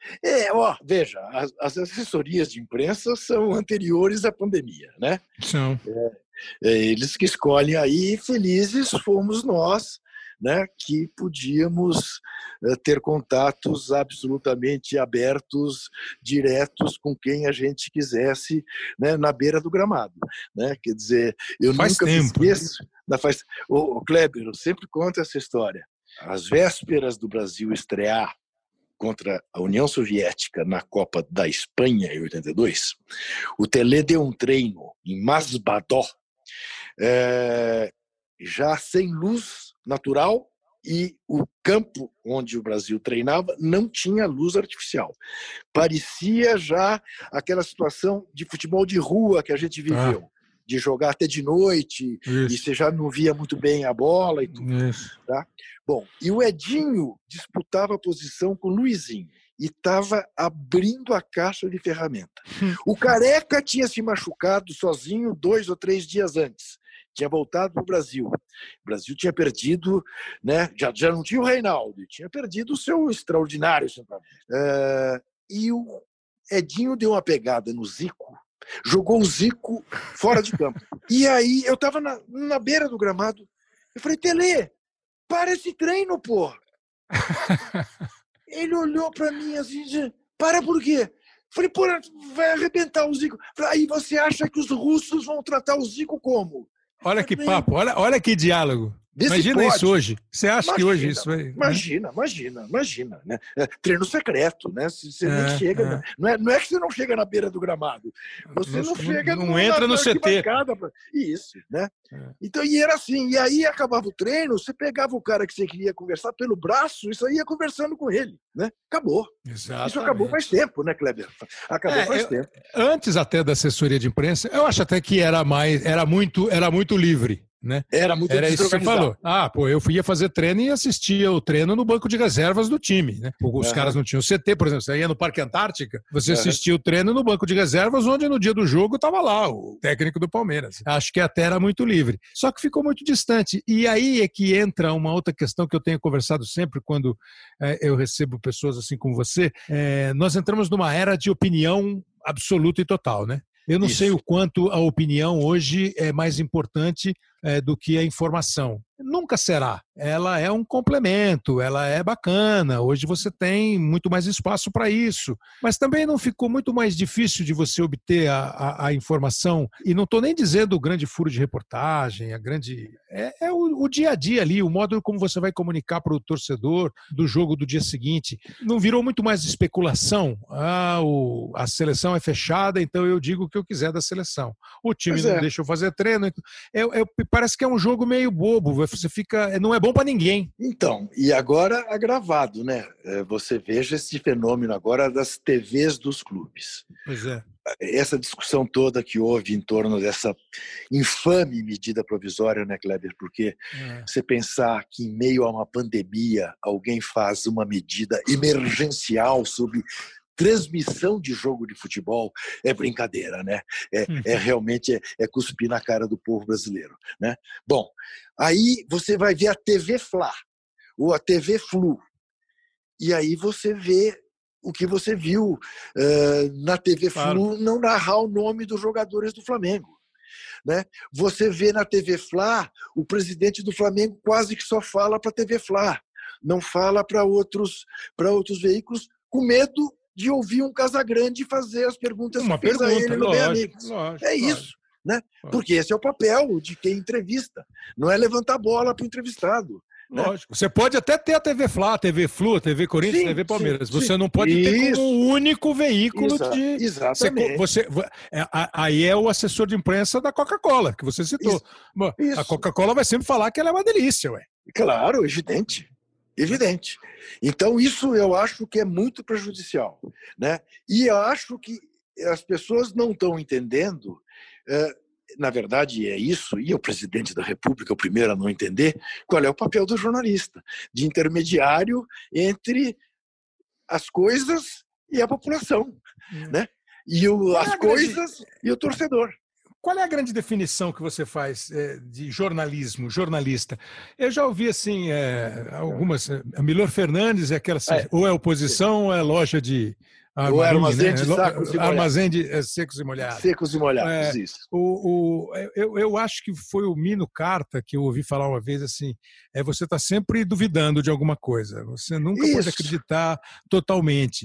É, ó, veja, as, as assessorias de imprensa são anteriores à pandemia, né? São. É, é, eles que escolhem aí, felizes fomos nós, né, que podíamos é, ter contatos absolutamente abertos, diretos com quem a gente quisesse, né, na beira do gramado, né? Quer dizer, eu faz nunca tempo, me esqueço. Né? Faz, o, o Kleber, eu sempre conto essa história. Às vésperas do Brasil estrear contra a União Soviética na Copa da Espanha em oitenta e dois, o Tele deu um treino em Masbadó, é, já sem luz natural, e o campo onde o Brasil treinava não tinha luz artificial. Parecia já aquela situação de futebol de rua que a gente viveu. Ah. De jogar até de noite, Isso. e você já não via muito bem a bola e tudo. Tá? Bom, e o Edinho disputava a posição com o Luizinho e estava abrindo a caixa de ferramenta. O Careca tinha se machucado sozinho dois ou três dias antes. Tinha voltado para o Brasil. O Brasil tinha perdido, né? já, já não tinha o Reinaldo, tinha perdido o seu extraordinário centroavante. Uh, e o Edinho deu uma pegada no Zico, jogou o Zico fora de campo. E aí eu tava na, na beira do gramado, eu falei, Tele, para esse treino, pô. Ele olhou pra mim assim, para por quê? Eu falei, pô, vai arrebentar o Zico. Falei, aí você acha que os russos vão tratar o Zico como? Olha que papo, olha, olha que diálogo. Desse imagina pode. Isso hoje. Você acha imagina, que hoje isso vai... Imagina, né? imagina, imagina. Né? É, treino secreto, né? Você é, nem chega... É. Não, é, não é que você não chega na beira do gramado. Você não, não chega... Não, não entra no C T. Pra... Isso, né? É. Então, e era assim. E aí acabava o treino, você pegava o cara que você queria conversar pelo braço e saía conversando com ele, né? Acabou. Exatamente. Isso acabou faz tempo, né, Kleber? Acabou é, faz eu, tempo. Antes até da assessoria de imprensa, eu acho até que era mais... Era muito, era muito livre. né? Era muito Era isso que você desorganizado. falou. Ah, pô, eu ia fazer treino e assistia o treino no banco de reservas do time, né? Os Aham. caras não tinham C T, por exemplo, você ia no Parque Antártica, você Aham. assistia o treino no banco de reservas, onde no dia do jogo estava lá o técnico do Palmeiras. Acho que até era muito livre. Só que ficou muito distante. E aí é que entra uma outra questão que eu tenho conversado sempre quando é, eu recebo pessoas assim como você. É, nós entramos numa era de opinião absoluta e total, né? Eu não Isso. sei o quanto a opinião hoje é mais importante é, do que a informação. Nunca será. Ela é um complemento, ela é bacana. Hoje você tem muito mais espaço para isso. Mas também não ficou muito mais difícil de você obter a, a, a informação. E não estou nem dizendo o grande furo de reportagem, a grande. É, é o, o dia a dia ali, o modo como você vai comunicar para o torcedor do jogo do dia seguinte. Não virou muito mais especulação. Ah, o, a seleção é fechada, então eu digo o que eu quiser da seleção. O time Pois não é. deixa eu fazer treino. É, é, parece que é um jogo meio bobo. Você fica, não é bom para ninguém. Então, e agora agravado, né? Você veja esse fenômeno agora das T Vs dos clubes. Pois é. Essa discussão toda que houve em torno dessa infame medida provisória, né, Kleber? Porque é. você pensar que em meio a uma pandemia alguém faz uma medida emergencial sobre transmissão de jogo de futebol é brincadeira, né? É, é realmente é, é cuspir na cara do povo brasileiro, né? Bom, aí você vai ver a T V Fla ou a T V Flu e aí você vê o que você viu uh, na T V claro. Flu não narrar o nome dos jogadores do Flamengo, né? Você vê na T V Fla o presidente do Flamengo quase que só fala para a T V Fla, não fala para outros para outros veículos com medo de ouvir um Casagrande fazer as perguntas Uma que fez pergunta, a ele no lógico, Bem Amigos. Lógico, é isso, lógico. né? Porque esse é o papel de quem entrevista. Não é levantar bola para o entrevistado. Lógico. Né? Você pode até ter a T V Fla, a T V Flu, a T V Corinthians, sim, a T V Palmeiras. Sim, você sim. não pode isso. ter como único veículo Exa de... Exatamente. Você, você, aí é o assessor de imprensa da Coca-Cola, que você citou. Isso. Bom, Isso. A Coca-Cola vai sempre falar que ela é uma delícia, ué. Claro, evidente. Evidente. Então, isso eu acho que é muito prejudicial, né? E eu acho que as pessoas não estão entendendo, eh, na verdade é isso, e o presidente da República é o primeiro a não entender, qual é o papel do jornalista, de intermediário entre as coisas e a população, hum. né? E o, as coisas grande... e o torcedor. Qual é a grande definição que você faz é, de jornalismo, jornalista? Eu já ouvi assim, é, algumas. A Milor Fernandes é aquela assim, é. ou é oposição ou é loja de armarinho, ou é armazém né? de sacos e armazém de é, secos e molhados. Secos e molhados, é, isso. O, o, eu, eu acho que foi o Mino Carta que eu ouvi falar uma vez assim, é você está sempre duvidando de alguma coisa, você nunca isso. pode acreditar totalmente.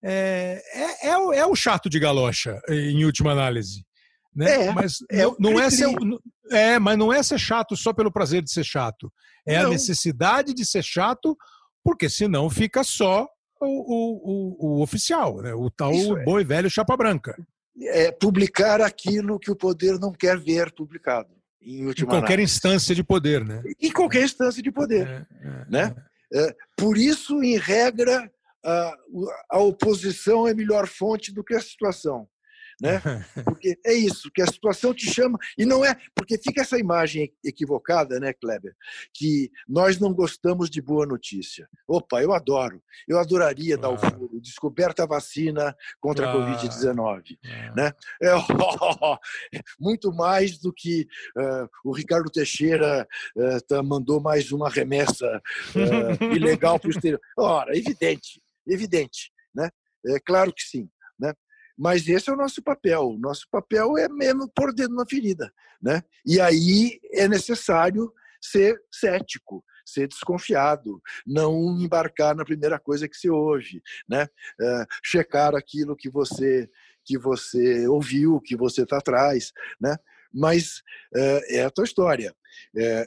É, é, é, o, é o chato de galocha, em última análise. Né? É, mas é, não, não é, ser, é, mas não é ser chato só pelo prazer de ser chato. É não. a necessidade de ser chato, porque senão fica só o, o, o, o oficial, né? O tal é. boi velho chapa branca. É publicar aquilo que o poder não quer ver publicado. Em, em qualquer análise. instância de poder, né? Em qualquer instância de poder. É, é, né? É. Por isso, em regra, a, a oposição é melhor fonte do que a situação. Né? Porque é isso, que a situação te chama, e não é, porque fica essa imagem equivocada, né, Kleber, que nós não gostamos de boa notícia. Opa, eu adoro, eu adoraria claro. dar o furo, descoberta a vacina contra claro. a covid dezenove. Claro. Né? É, oh, oh, oh, muito mais do que uh, o Ricardo Teixeira uh, tá, mandou mais uma remessa uh, ilegal para o exterior. Ora, evidente, evidente, né? É claro que sim, né? Mas esse é o nosso papel. O nosso papel é mesmo pôr o dedo na ferida, né? E aí é necessário ser cético, ser desconfiado, não embarcar na primeira coisa que se ouve, né? Uh, checar aquilo que você que você ouviu, que você está atrás, né? Mas uh, é a tua história. Uh,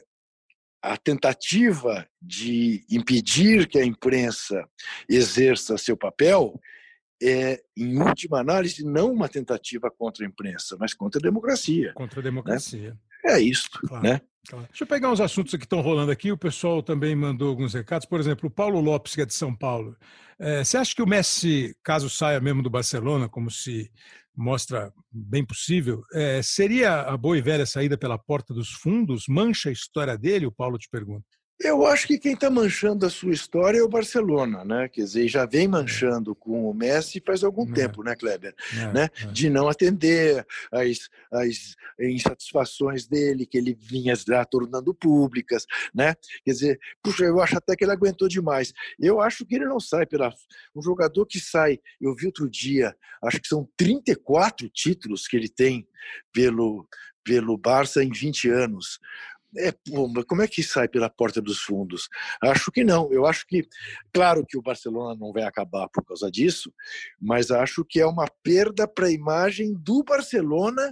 a tentativa de impedir que a imprensa exerça seu papel é, em última análise, não uma tentativa contra a imprensa, mas contra a democracia. Contra a democracia. Né? É isso, claro, né? Claro. Deixa eu pegar uns assuntos que estão rolando aqui, o pessoal também mandou alguns recados. Por exemplo, o Paulo Lopes, que é de São Paulo. É, você acha que o Messi, caso saia mesmo do Barcelona, como se mostra bem possível. É, seria a boa e velha saída pela porta dos fundos? Mancha a história dele? O Paulo te pergunta. Eu acho que quem está manchando a sua história é o Barcelona, né? Quer dizer, já vem manchando com o Messi faz algum é. tempo, né, Kleber? É. Né? É. De não atender às, às insatisfações dele, que ele vinha já tornando públicas, né? Quer dizer, puxa, eu acho até que ele aguentou demais. Eu acho que ele não sai pela... Um jogador que sai, eu vi outro dia, acho que são trinta e quatro títulos que ele tem pelo, pelo Barça em vinte anos. É, como é que sai pela porta dos fundos? Acho que não. Eu acho que, claro que o Barcelona não vai acabar por causa disso, mas acho que é uma perda para a imagem do Barcelona,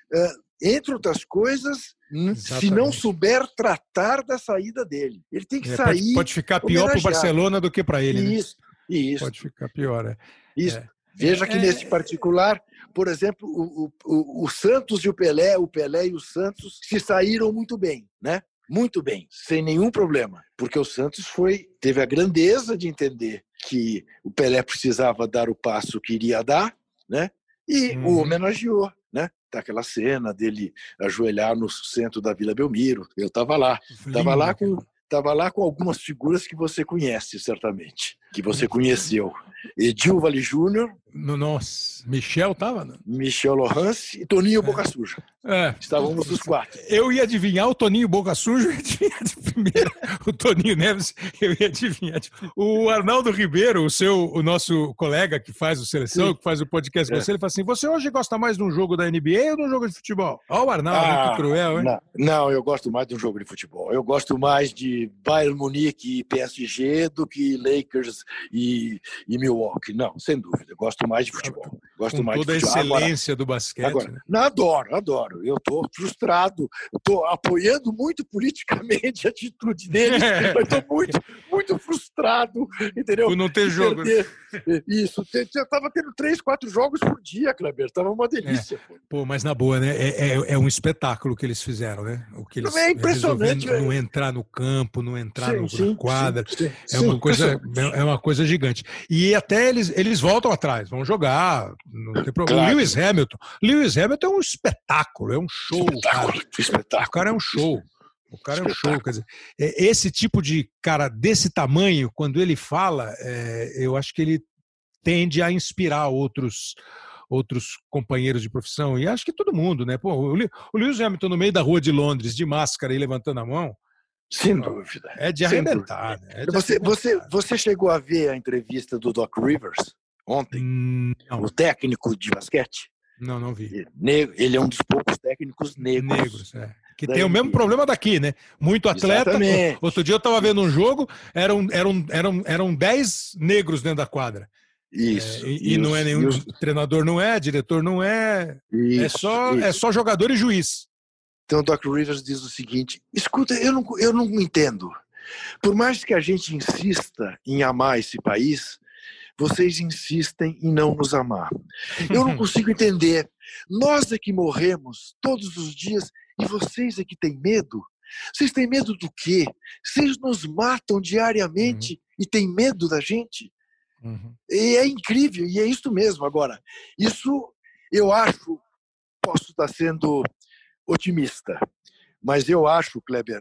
entre outras coisas, Exatamente. Se não souber tratar da saída dele. Ele tem que é, sair. Pode, pode ficar pior para o Barcelona do que para ele. Isso, né? isso. Pode ficar pior. É. Isso. É. Veja que, é, nesse particular, por exemplo, o, o, o Santos e o Pelé, o Pelé e o Santos se saíram muito bem, né? Muito bem, sem nenhum problema. Porque o Santos foi, teve a grandeza de entender que o Pelé precisava dar o passo que iria dar, né? E uhum. o homenageou, né? Daquela cena dele ajoelhar no centro da Vila Belmiro. Eu estava lá. Estava lá com... Estava lá com algumas figuras que você conhece, certamente. Que você conheceu. Edil Vale Júnior. Nossa, Michel estava? Né? Michel Lohance e Toninho é. Boca Suja. É. Estávamos os quatro. Eu ia adivinhar o Toninho Boca Suja, eu ia adivinhar de primeira. O Toninho Neves, eu ia adivinhar de primeira. O Arnaldo Ribeiro, o, seu, o nosso colega que faz o Seleção, Sim. que faz o podcast com é. você, ele fala assim, você hoje gosta mais de um jogo da N B A ou de um jogo de futebol? Ó o Arnaldo, ah, que cruel, hein? Não, não, eu gosto mais de um jogo de futebol. Eu gosto mais de Bayern Munique e P S G do que Lakers e, e Milwaukee. Não, sem dúvida. Eu gosto mais de futebol. Gosto com mais toda de futebol. a excelência agora, do basquete. Agora, né? não, adoro, adoro. Eu estou frustrado. Estou apoiando muito politicamente a atitude deles, mas estou muito, muito frustrado, entendeu? Por não ter jogo. Isso. Eu estava tendo três, quatro jogos por dia, Kleber. Estava uma delícia. É. Pô, mas na boa, né? É, é, é um espetáculo que eles fizeram, né? O que eles é impressionante. Não entrar no campo, não entrar sim, no, sim, na quadra. Sim, sim, é, uma sim, coisa, é uma coisa gigante. E até eles, eles voltam atrás, vão jogar. Não tem problema. Claro. Lewis Hamilton. Lewis Hamilton é um espetáculo, é um show. Espetáculo, cara. espetáculo. O cara é um show. O cara é um show. Quer dizer, esse tipo de cara desse tamanho, quando ele fala, é, eu acho que ele tende a inspirar outros. outros companheiros de profissão, e acho que todo mundo, né? Pô, o Lewis Hamilton no meio da rua de Londres, de máscara e levantando a mão. Sem dúvida. É de arrebentar. Né? É de você, arrebentar. Você, você chegou a ver a entrevista do Doc Rivers ontem? Não. O técnico de basquete? Não, não vi. Ele é um dos poucos técnicos negros. Negros, é. Que tem o mesmo problema daqui, né? Muito atleta. Exatamente. Outro dia eu estava vendo um jogo, eram, eram, eram, eram dez negros dentro da quadra. Isso. É, e, isso, e não é nenhum isso. treinador, não é, diretor não é. Isso, é, só, isso. é só jogador e juiz. Então o Doc Rivers diz o seguinte: escuta, eu não, eu não entendo. Por mais que a gente insista em amar esse país, vocês insistem em não nos amar. Eu não consigo entender. Nós é que morremos todos os dias e vocês é que têm medo? Vocês têm medo do quê? Vocês nos matam diariamente uhum. e têm medo da gente? Uhum. E é incrível, e é isso mesmo. Agora, isso eu acho, posso estar sendo otimista, mas eu acho, Kleber,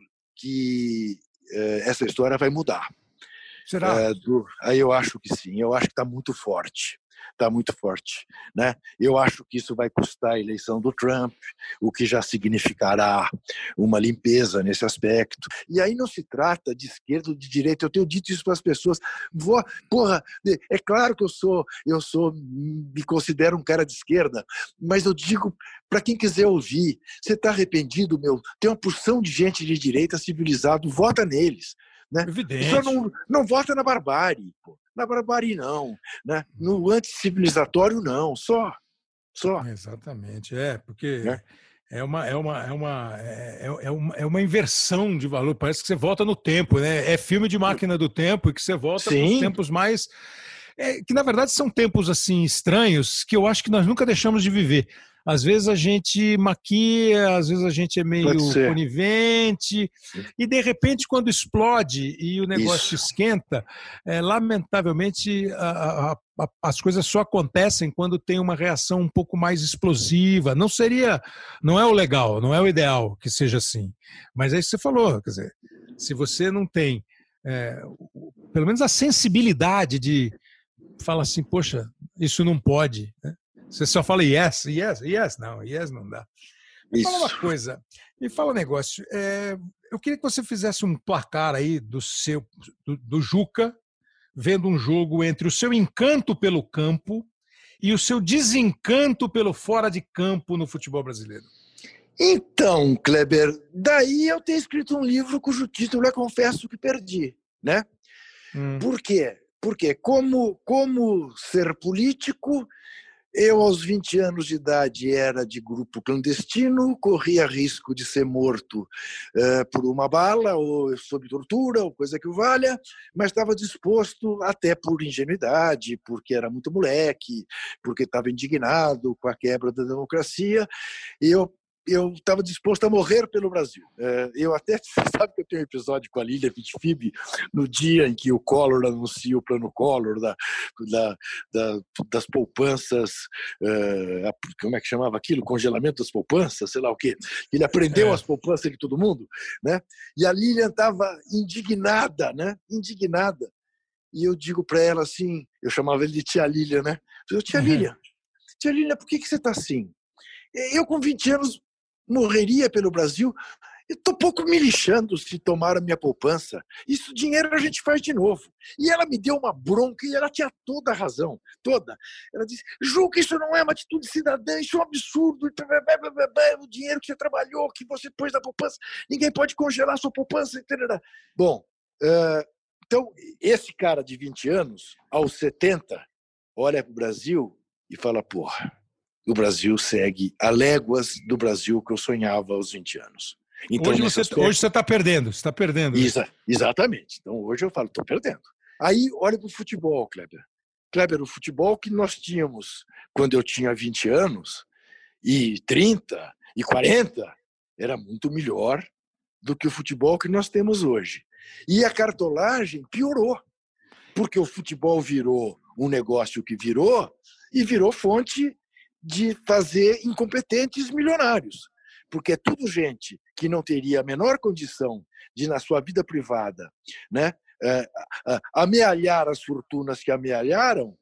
que eh, essa história vai mudar. Será? É, do, aí eu acho que sim, eu acho que está muito forte. Está muito forte, né? Eu acho que isso vai custar a eleição do Trump, o que já significará uma limpeza nesse aspecto. E aí não se trata de esquerda ou de direita. Eu tenho dito isso para as pessoas. Vou, porra, é claro que eu sou, eu sou, me considero um cara de esquerda, mas eu digo para quem quiser ouvir, você está arrependido, meu? Tem uma porção de gente de direita civilizado, vota neles. Né? Evidente. Só não, não vota na barbárie, pô. Na barbárie não, né? No anticivilizatório não, só, só. Exatamente, é, porque é, é, uma, é, uma, é, uma, é, é, uma, é uma inversão de valor, parece que você volta no tempo, né? É filme de máquina do tempo e que você volta para os tempos mais... É, que na verdade são tempos assim estranhos que eu acho que nós nunca deixamos de viver. Às vezes a gente maquia, às vezes a gente é meio conivente, e de repente quando explode e o negócio Isso. esquenta, é, lamentavelmente a, a, as coisas só acontecem quando tem uma reação um pouco mais explosiva. Não seria, não é o legal, não é o ideal que seja assim. Mas é isso que você falou, quer dizer, se você não tem é, pelo menos a sensibilidade de falar assim, poxa, isso não pode, né? Você só fala yes, yes, yes, não, yes não dá. Me Isso. fala uma coisa, me fala um negócio. É, eu queria que você fizesse um placar aí do seu, do, do Juca, vendo um jogo entre o seu encanto pelo campo e o seu desencanto pelo fora de campo no futebol brasileiro. Então, Kleber, daí eu tenho escrito um livro cujo título é Confesso que Perdi, né? Hum. Por quê? Porque como, como ser político, eu aos vinte anos de idade era de grupo clandestino, corria risco de ser morto uh, por uma bala ou sob tortura, ou coisa que o valha, mas estava disposto, até por ingenuidade, porque era muito moleque, porque estava indignado com a quebra da democracia, e eu eu estava disposto a morrer pelo Brasil. Eu até, sabe que eu tenho um episódio com a Lília Vitfib, no dia em que o Collor anuncia o plano Collor da, da, da, das poupanças, como é que chamava aquilo? Congelamento das poupanças, sei lá o quê. Ele aprendeu é. as poupanças de todo mundo, né? E a Lília estava indignada, né? Indignada. E eu digo para ela assim, eu chamava ele de tia Lília, né? Eu digo, tia uhum. Lília, tia Lília, por que, que você está assim? Eu com vinte anos morreria pelo Brasil, eu estou pouco me lixando se tomar a minha poupança. Isso, dinheiro a gente faz de novo. E ela me deu uma bronca e ela tinha toda a razão, toda. Ela disse, Juca, isso não é uma atitude cidadã, isso é um absurdo. O dinheiro que você trabalhou, que você pôs na poupança, ninguém pode congelar a sua poupança. Bom, então, esse cara de vinte anos, aos setenta, olha para o Brasil e fala, porra, o Brasil segue a léguas do Brasil que eu sonhava aos vinte anos. Então, hoje, você, aspecto... hoje você está perdendo, você está perdendo. Exa, exatamente. Então, hoje eu falo, estou perdendo. Aí, olha para o futebol, Kleber. Kleber, o futebol que nós tínhamos quando eu tinha vinte anos, e trinta, e quarenta, era muito melhor do que o futebol que nós temos hoje. E a cartolagem piorou, porque o futebol virou um negócio que virou, e virou fonte de fazer incompetentes milionários, porque é tudo gente que não teria a menor condição de, na sua vida privada, né, é, amealhar as fortunas que amealharam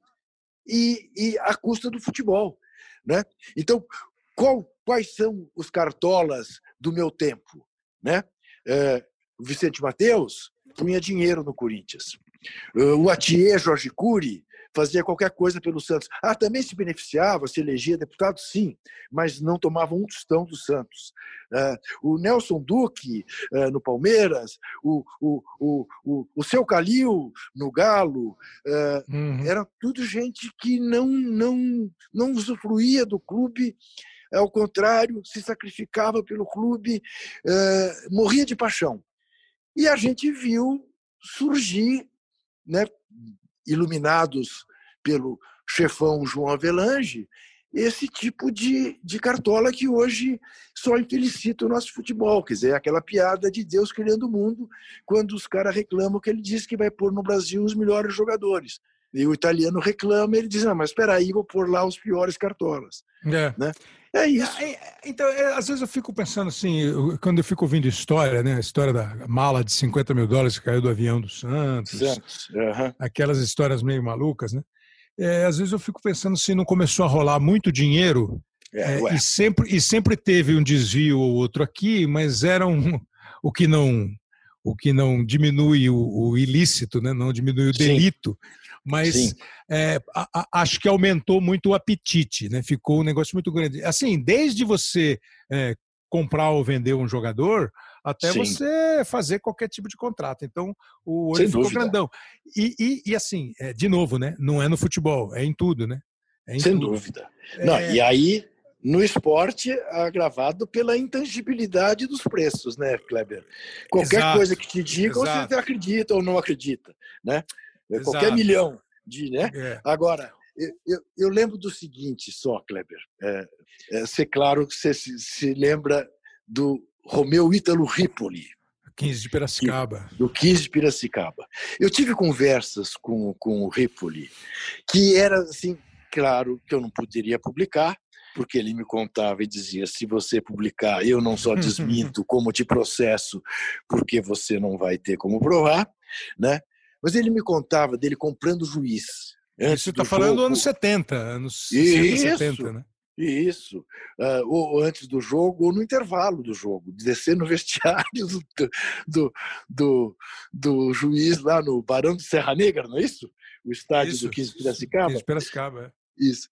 e, e à custa do futebol, né? Então, qual, quais são os cartolas do meu tempo, né? É, o Vicente Mateus punha dinheiro no Corinthians. O Atier Jorge Cury fazia qualquer coisa pelo Santos. Ah, também se beneficiava, se elegia deputado, sim, mas não tomava um tostão do Santos. Uh, o Nelson Duque uh, no Palmeiras, o, o, o, o, o Seu Calil no Galo, uh, uhum. Era tudo gente que não, não, não usufruía do clube, ao contrário, se sacrificava pelo clube, uh, morria de paixão. E a gente viu surgir, né, iluminados pelo chefão João Avelange, esse tipo de, de cartola que hoje só infelicita o nosso futebol. Quer dizer, aquela piada de Deus criando o mundo, quando os caras reclamam que ele diz que vai pôr no Brasil os melhores jogadores. E o italiano reclama, ele diz, não, mas espera aí, vou pôr lá os piores cartolas. É. Né? É isso. Então, é, às vezes eu fico pensando assim, eu, quando eu fico ouvindo história, né, a história da mala de cinquenta mil dólares que caiu do avião do Santos, Santos. Uhum. Aquelas histórias meio malucas, né? É, às vezes eu fico pensando se não começou a rolar muito dinheiro é, é, e, sempre, e sempre teve um desvio ou outro aqui, mas era um, o, que não, o que não diminui o, o ilícito, né? Não diminui o delito. Sim. Mas é, a, a, acho que aumentou muito o apetite, né? Ficou um negócio muito grande. Assim, desde você é, comprar ou vender um jogador, até Sim. você fazer qualquer tipo de contrato. Então, o olho Sem ficou dúvida. grandão. E, e, e assim, é, de novo, né? Não é no futebol, é em tudo, né? É em Sem tudo. dúvida. É... Não, e aí, no esporte, agravado pela intangibilidade dos preços, né, Kleber? Qualquer Exato. coisa que te digam, Exato. você acredita ou não acredita, né? Exato. Qualquer milhão de, né? É. Agora, eu, eu, eu lembro do seguinte só, Kleber. É, é, ser claro que você se, se lembra do Romeu Ítalo Ripoli. quinze de Piracicaba. Que, do quinze de Piracicaba. Eu tive conversas com, com o Ripoli, que era assim, claro que eu não poderia publicar, porque ele me contava e dizia, se você publicar, eu não só desminto, como te processo, porque você não vai ter como provar, né? Mas ele me contava dele comprando juiz. Isso está falando dos anos setenta, anos sessenta, setenta, né? Isso, uh, ou antes do jogo, ou no intervalo do jogo, descer no vestiário do, do, do, do juiz lá no Barão de Serra Negra, não é isso? O estádio isso, do quinze de Piracicaba. quinze de Piracicaba, é. Isso.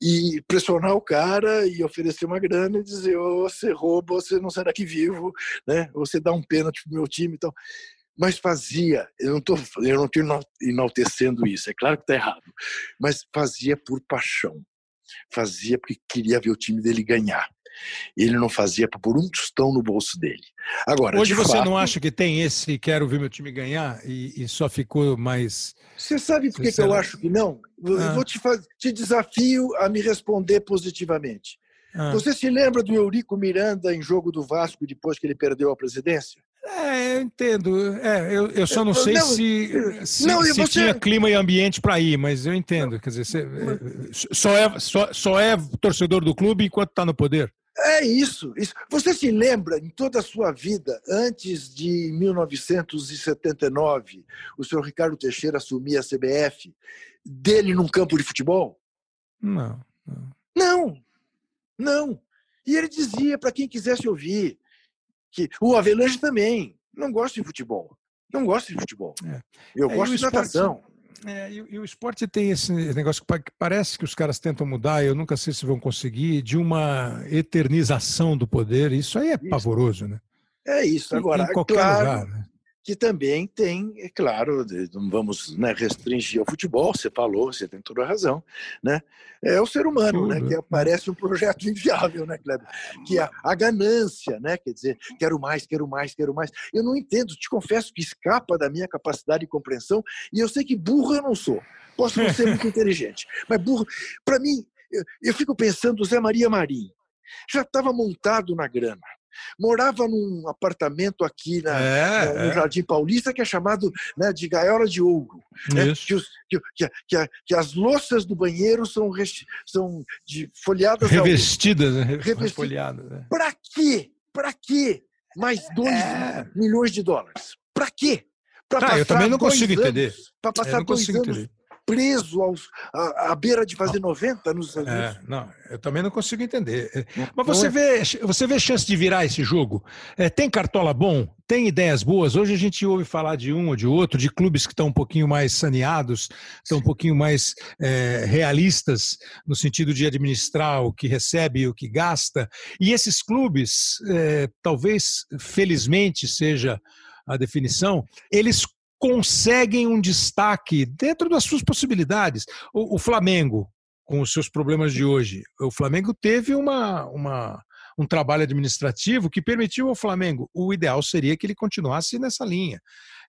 E pressionar o cara e oferecer uma grana e dizer, oh, você rouba, você não sai daqui vivo, né? Você dá um pênalti pro meu time e tal. Mas fazia, eu não estou eu não estou enaltecendo isso, é claro que está errado, mas fazia por paixão. Fazia porque queria ver o time dele ganhar. Ele não fazia por um tostão no bolso dele. Agora, hoje você fato, não acha que tem esse quero ver meu time ganhar e, e só ficou mais... Você sabe por que, que eu acho que não? Eu ah. vou te, faz... te desafio a me responder positivamente. Ah. Você se lembra do Eurico Miranda em jogo do Vasco depois que ele perdeu a presidência? É, eu entendo. É, eu, eu só não sei não, se, se, não, se você... tinha clima e ambiente para ir, mas eu entendo. Não, Quer dizer, você, mas... só, é, só, só é torcedor do clube enquanto está no poder. É isso, isso. Você se lembra, em toda a sua vida, antes de mil novecentos e setenta e nove, o senhor Ricardo Teixeira assumir a C B F, dele num campo de futebol? Não. Não. Não. Não. E ele dizia para quem quisesse ouvir que o Avelange também não gosta de futebol. Não gosta de futebol. É. Eu é, gosto de natação. É, e, e o esporte tem esse negócio que parece que os caras tentam mudar, eu nunca sei se vão conseguir, de uma eternização do poder. Isso aí é isso. Pavoroso, né? É isso. Agora, em qualquer claro, lugar, né? Que também tem, é claro, não vamos, né, restringir ao futebol, você falou, você tem toda a razão, né? É o ser humano, né, que parece um projeto inviável, né, Kleber? Que a, a ganância, né, quer dizer, quero mais, quero mais, quero mais. Eu não entendo, te confesso que escapa da minha capacidade de compreensão, e eu sei que burro eu não sou, posso não ser muito inteligente, mas burro, para mim, eu, eu fico pensando, o Zé Maria Marinho já estava montado na grana. Morava num apartamento aqui na, é, no é. Jardim Paulista, que é chamado, né, de gaiola de ouro. Né? Que, os, que, que, que, que as louças do banheiro são, são de, folhadas revestidas, né? Revestidas. Folhadas. Né? Para quê? Para quê? Mais dois é. milhões de dólares. Para quê? Para ah, eu também não consigo anos, entender. Para passar dois anos entender. preso aos, à, à beira de fazer noventa nos Estados Unidos. É, não, eu também não consigo entender. Mas você, é. vê, você vê chance de virar esse jogo? É, tem cartola bom? Tem ideias boas? Hoje a gente ouve falar de um ou de outro, de clubes que estão um pouquinho mais saneados, estão um pouquinho mais é, realistas no sentido de administrar o que recebe e o que gasta. E esses clubes, é, talvez, felizmente seja a definição, eles conseguem um destaque dentro das suas possibilidades. O, o Flamengo, com os seus problemas de hoje, o Flamengo teve uma, uma, um trabalho administrativo que permitiu ao Flamengo, o ideal seria que ele continuasse nessa linha.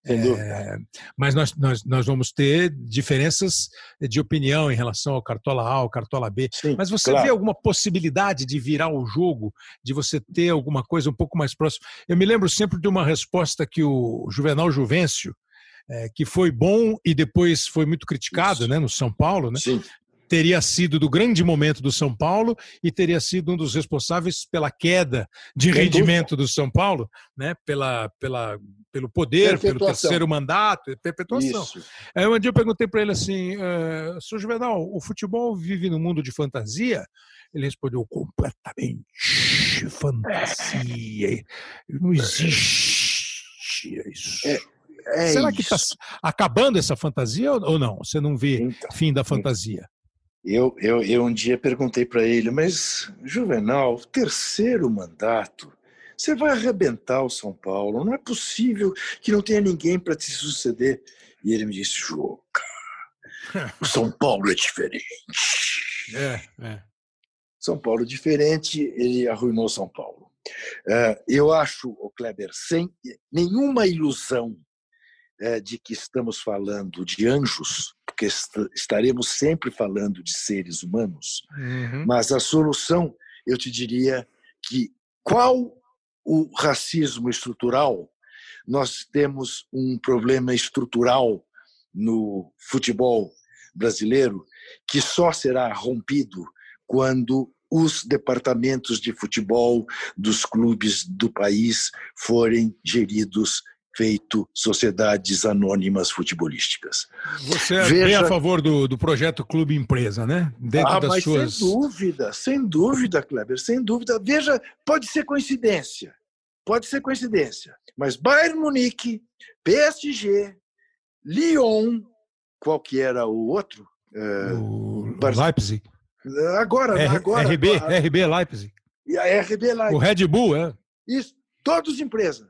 É, mas nós, nós, nós vamos ter diferenças de opinião em relação ao Cartola A, ao Cartola B. Sim, mas você claro. vê alguma possibilidade de virar o jogo, de você ter alguma coisa um pouco mais próxima? Eu me lembro sempre de uma resposta que o Juvenal Juvencio, é, que foi bom e depois foi muito criticado, né, no São Paulo, né? Sim. Teria sido do grande momento do São Paulo e teria sido um dos responsáveis pela queda de Sem rendimento dúvida. do São Paulo, né? pela, pela, pelo poder, pelo terceiro mandato, perpetuação. Isso. Aí um dia eu perguntei para ele assim, uh, senhor Juvenal, o futebol vive num mundo de fantasia? Ele respondeu, completamente fantasia. Não existe isso. É. É Será isso. que está acabando essa fantasia ou não? Você não vê então, fim da fantasia? Eu, eu, eu um dia perguntei para ele, mas, Juvenal, terceiro mandato, você vai arrebentar o São Paulo, não é possível que não tenha ninguém para te suceder. E ele me disse, Juca, o São Paulo é diferente. É, é. São Paulo é diferente, ele arruinou São Paulo. Uh, eu acho, o Kleber, sem nenhuma ilusão uh, de que estamos falando de anjos, porque est estaremos sempre falando de seres humanos, uhum. mas a solução, eu te diria que qual o racismo estrutural nós temos um problema estrutural no futebol brasileiro que só será rompido quando os departamentos de futebol dos clubes do país forem geridos feito sociedades anônimas futebolísticas. Você é Veja... bem a favor do, do projeto Clube Empresa, né? Dentro ah, das mas suas... sem dúvida, sem dúvida, Kleber, sem dúvida. Veja, pode ser coincidência, pode ser coincidência, mas Bayern Munique, P S G, Lyon, qual que era o outro? O Bar... Leipzig. Agora, R... agora. R B, a... R B Leipzig. E a R B Leipzig. O Red Bull, é. Isso, todos empresa.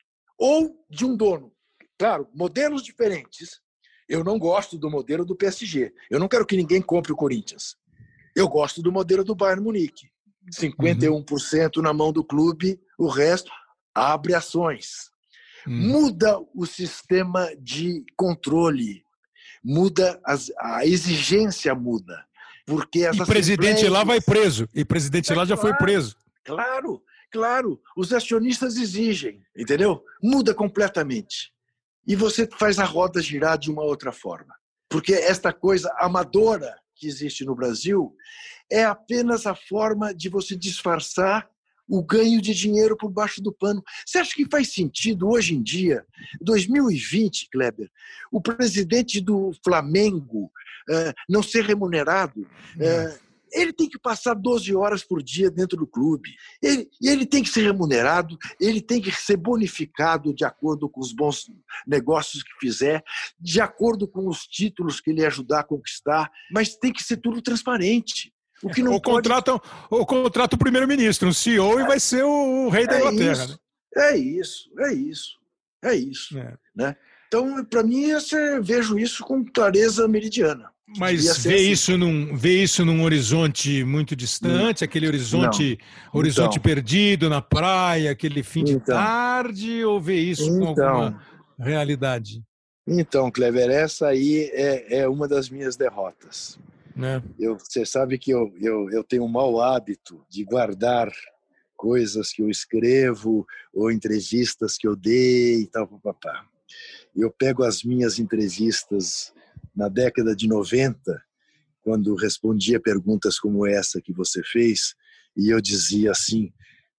Ou de um dono. Claro, modelos diferentes. Eu não gosto do modelo do P S G. Eu não quero que ninguém compre o Corinthians. Eu gosto do modelo do Bayern Munique. cinquenta e um por cento uhum. na mão do clube, o resto abre ações. Uhum. Muda o sistema de controle. Muda, as, a exigência muda. Porque e presidente lá vai preso. E presidente é lá já claro, foi preso. Claro. Claro, os acionistas exigem, entendeu? Muda completamente. E você faz a roda girar de uma outra forma. Porque esta coisa amadora que existe no Brasil é apenas a forma de você disfarçar o ganho de dinheiro por baixo do pano. Você acha que faz sentido hoje em dia, dois mil e vinte, Kleber, o presidente do Flamengo uh, não ser remunerado? Uh, Ele tem que passar doze horas por dia dentro do clube. Ele, ele tem que ser remunerado, ele tem que ser bonificado de acordo com os bons negócios que fizer, de acordo com os títulos que ele ajudar a conquistar, mas tem que ser tudo transparente. O que não ou, pode... contratam, ou contrata o primeiro-ministro, um C E O, é, e vai ser o, o rei da é Inglaterra. Isso, né? É isso, é isso, é isso. É. Né? Então, para mim, eu vejo isso com clareza meridiana. Mas vê assim. isso, num, vê isso num horizonte muito distante, aquele horizonte, não. horizonte então. perdido na praia, aquele fim de então. tarde, ou vê isso então. com alguma realidade? Então, Kleber, essa aí é, é uma das minhas derrotas. É. Eu, você sabe que eu, eu, eu tenho um mau hábito de guardar coisas que eu escrevo ou entrevistas que eu dei e tal, papapá. Eu pego as minhas entrevistas na década de noventa, quando respondia perguntas como essa que você fez, e eu dizia assim,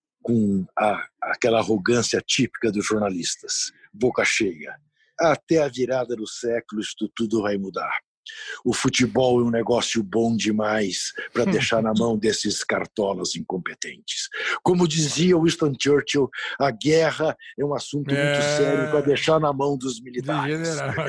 com a, aquela arrogância típica dos jornalistas, boca cheia, até a virada do século isto tudo vai mudar. O futebol é um negócio bom demais para deixar na mão desses cartolas incompetentes. Como dizia Winston Churchill, a guerra é um assunto é... muito sério para deixar na mão dos militares.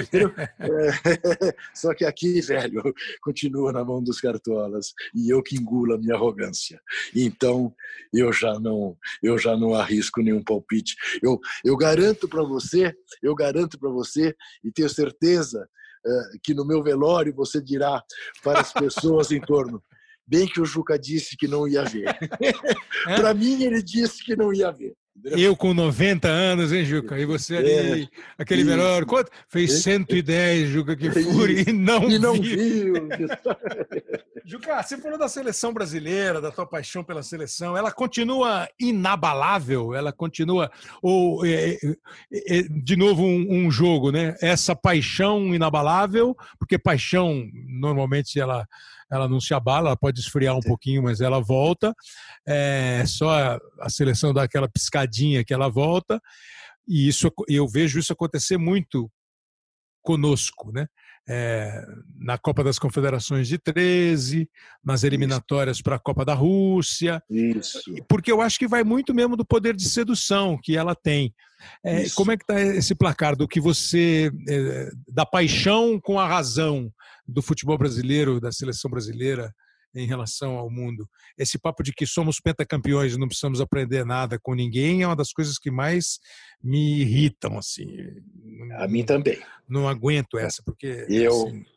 É... Só que aqui, velho, continua na mão dos cartolas e eu que engulo a minha arrogância. Então, eu já não, eu já não arrisco nenhum palpite. Eu, eu garanto para você, eu garanto para você e tenho certeza que no meu velório você dirá para as pessoas em torno, bem que o Juca disse que não ia ver. É? Para mim, ele disse que não ia ver. Eu com noventa anos, hein, Juca? E você ali, é, aquele isso. velório, quanto? Fez cento e dez, Juca, que fúria, e não e não viu. viu. Juca, você falou da seleção brasileira, da tua paixão pela seleção. Ela continua inabalável? Ela continua... Ou, é, é, de novo, um, um jogo, né? Essa paixão inabalável, porque paixão, normalmente, ela... ela não se abala, ela pode esfriar um pouquinho, mas ela volta. É só a seleção dá aquela piscadinha que ela volta. E isso, eu vejo isso acontecer muito conosco, né? É, na Copa das Confederações de treze, nas eliminatórias para a Copa da Rússia. Isso. Porque eu acho que vai muito mesmo do poder de sedução que ela tem. É, como é que está esse placar do que você... É, da paixão com a razão do futebol brasileiro, da seleção brasileira em relação ao mundo? Esse papo de que somos pentacampeões e não precisamos aprender nada com ninguém é uma das coisas que mais me irritam, assim. A mim também. Não aguento essa, porque... Eu, assim... eu,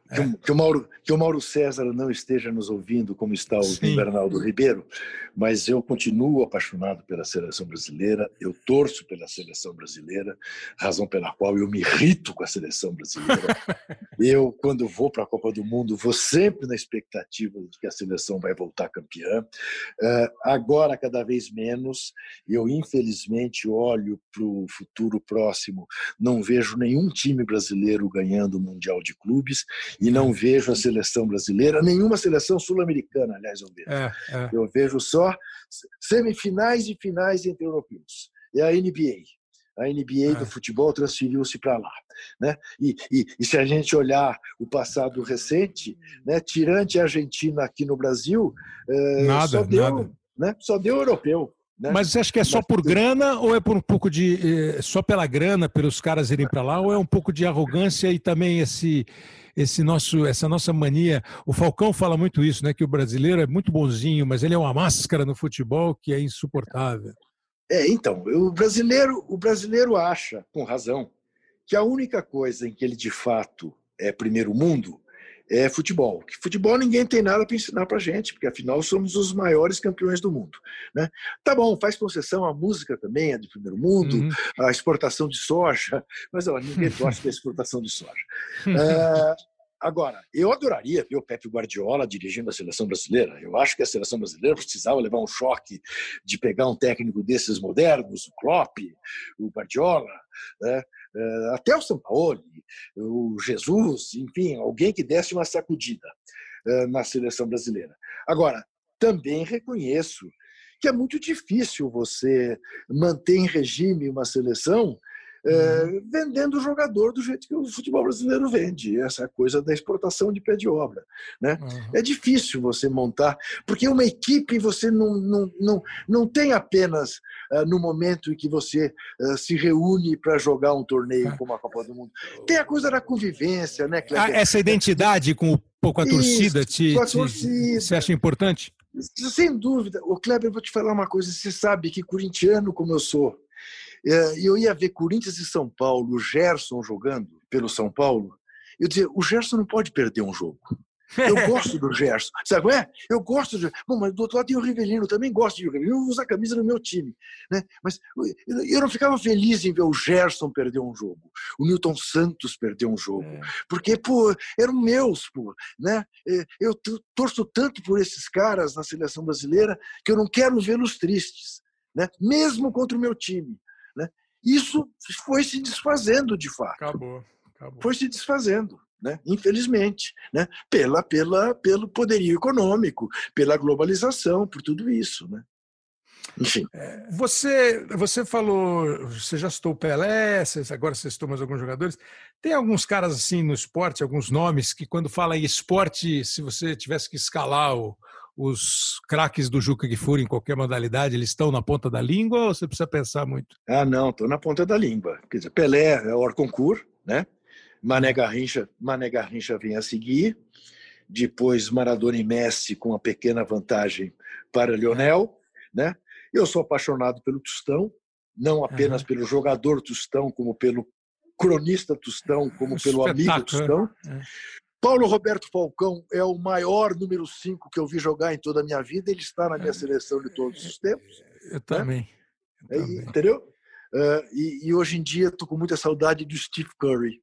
Que, o, que, o Mauro, que o Mauro César não esteja nos ouvindo, como está o Sim. Bernardo Ribeiro, mas eu continuo apaixonado pela seleção brasileira, eu torço pela seleção brasileira, razão pela qual eu me irrito com a seleção brasileira. Eu, quando vou para a Copa do Mundo, vou sempre na expectativa de que a seleção vai voltar campeã. Uh, agora, cada vez menos, eu infelizmente olho para o futuro próximo, não vejo nenhum time brasileiro ganhando o Mundial de Clubes, e não vejo a seleção brasileira, nenhuma seleção sul-americana, aliás, eu vejo. É, é. Eu vejo só semifinais e finais entre europeus. É a N B A. A N B A é. do futebol transferiu-se para lá. Né? E, e, e se a gente olhar o passado recente, né, tirante a Argentina aqui no Brasil, nada, só, deu, nada. Né, só deu europeu. Né? Mas você acha que é só por grana ou é por um pouco de só pela grana, pelos caras irem para lá, ou é um pouco de arrogância e também esse esse nosso essa nossa mania? O Falcão fala muito isso, né? Que o brasileiro é muito bonzinho, mas ele é uma máscara no futebol que é insuportável. É, então o brasileiro o brasileiro acha, com razão, que a única coisa em que ele de fato é primeiro mundo é futebol. Que futebol ninguém tem nada para ensinar para a gente, porque afinal somos os maiores campeões do mundo. Né? Tá bom, faz concessão, a música também é de primeiro mundo, uhum. a exportação de soja, mas ó, ninguém torce para a exportação de soja. uh, agora, eu adoraria ver o Pepe Guardiola dirigindo a seleção brasileira. Eu acho que a seleção brasileira precisava levar um choque de pegar um técnico desses modernos, o Klopp, o Guardiola, né? Uh, até o Sampaoli, o Jesus, enfim, alguém que desse uma sacudida uh, na seleção brasileira. Agora, também reconheço que é muito difícil você manter em regime uma seleção uh, vendendo o jogador do jeito que o futebol brasileiro vende, essa coisa da exportação de pé de obra. Né? Uhum. É difícil você montar, porque uma equipe você não, não, não, não tem apenas uh, no momento em que você uh, se reúne para jogar um torneio como a Copa do Mundo. Tem a coisa da convivência, né, Kleber? Ah, essa identidade com, com a torcida, Isso, te, com a te, torcida. Você acha importante? Sem dúvida. Ô, Kleber, eu vou te falar uma coisa, você sabe que corintiano como eu sou, eu ia ver Corinthians e São Paulo, o Gerson jogando pelo São Paulo, eu dizia, o Gerson não pode perder um jogo. Eu gosto do Gerson, sabe? É? Eu gosto do Bom, mas do outro lado tem o Rivelino, eu também gosto de Rivelino, eu uso a camisa no meu time. Né? Mas eu não ficava feliz em ver o Gerson perder um jogo, o Newton Santos perder um jogo, é. porque, pô, eram meus, pô. Né? Eu torço tanto por esses caras na seleção brasileira que eu não quero vê-los tristes, né? Mesmo contra o meu time. Né? Isso foi se desfazendo de fato. Acabou, acabou. Foi se desfazendo. Né? Infelizmente, né? pela, pela, pelo poderio econômico, pela globalização, por tudo isso. Né? Enfim. Você, você falou, você já citou o Pelé, agora você citou mais alguns jogadores. Tem alguns caras assim no esporte, alguns nomes que quando fala em esporte, se você tivesse que escalar o, os craques do Juca Kfouri em qualquer modalidade, eles estão na ponta da língua ou você precisa pensar muito? Ah, não, estou na ponta da língua. Quer dizer, Pelé é o Orconcourt, né? Mané Garrincha, Mané Garrincha vem a seguir, depois Maradona e Messi com uma pequena vantagem para Lionel, né? Eu sou apaixonado pelo Tostão, não apenas uhum. pelo jogador Tostão, como pelo cronista Tostão, como pelo amigo Tostão. É. Paulo Roberto Falcão é o maior número cinco que eu vi jogar em toda a minha vida, ele está na minha é. seleção de todos os tempos. Eu também. Né? Eu também. Entendeu? Uh, e, e hoje em dia estou com muita saudade do Steve Curry.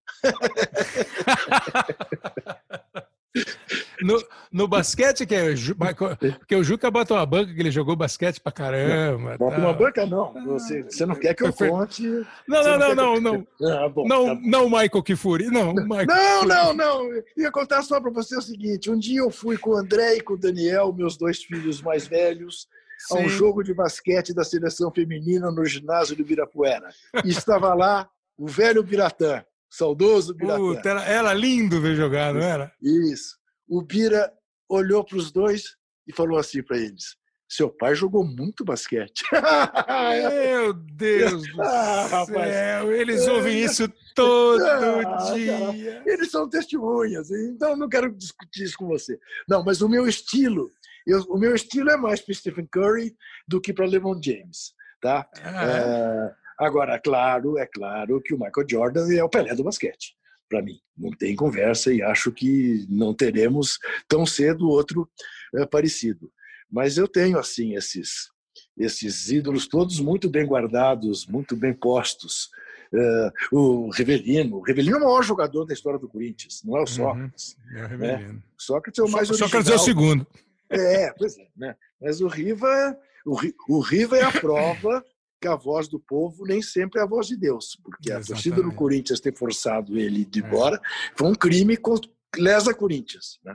no, no basquete, que é, porque o Juca bota uma banca que ele jogou basquete pra caramba. Não, bota tá. uma banca não. Você, você não quer que eu conte. Não, não, não, não, não. Ah, bom, não, tá não, Michael Kfouri. Não, Michael não, não, não. Eu ia contar só para você o seguinte: um dia eu fui com o André e com o Daniel, meus dois filhos mais velhos, a um jogo de basquete da seleção feminina no ginásio do Ibirapuera. E estava lá o velho Biratã, saudoso Biratã. Puta, era, era lindo ver jogar, não era? Isso. O Bira olhou para os dois e falou assim para eles: seu pai jogou muito basquete. Meu Deus do ah, céu, eles ouvem isso todo ah, dia. Cara, eles são testemunhas, então não quero discutir isso com você. Não, mas o meu estilo... Eu, o meu estilo é mais para Stephen Curry do que para LeBron James, tá? Ah, é. É, agora, claro, é claro que o Michael Jordan é o Pelé do basquete, para mim. Não tem conversa e acho que não teremos tão cedo outro é, parecido. Mas eu tenho, assim, esses, esses ídolos todos muito bem guardados, muito bem postos. Uh, o Rivelino. O Rivelino é o maior jogador da história do Corinthians, não é o Sócrates. Uhum, é o Rivelino. Né? Sócrates é o mais original. Sócrates é o segundo. É, pois é. Né? Mas o Riva, o, o Riva é a prova que a voz do povo nem sempre é a voz de Deus, porque Exatamente. A torcida do Corinthians ter forçado ele de embora é. foi um crime contra lesa Corinthians. Né?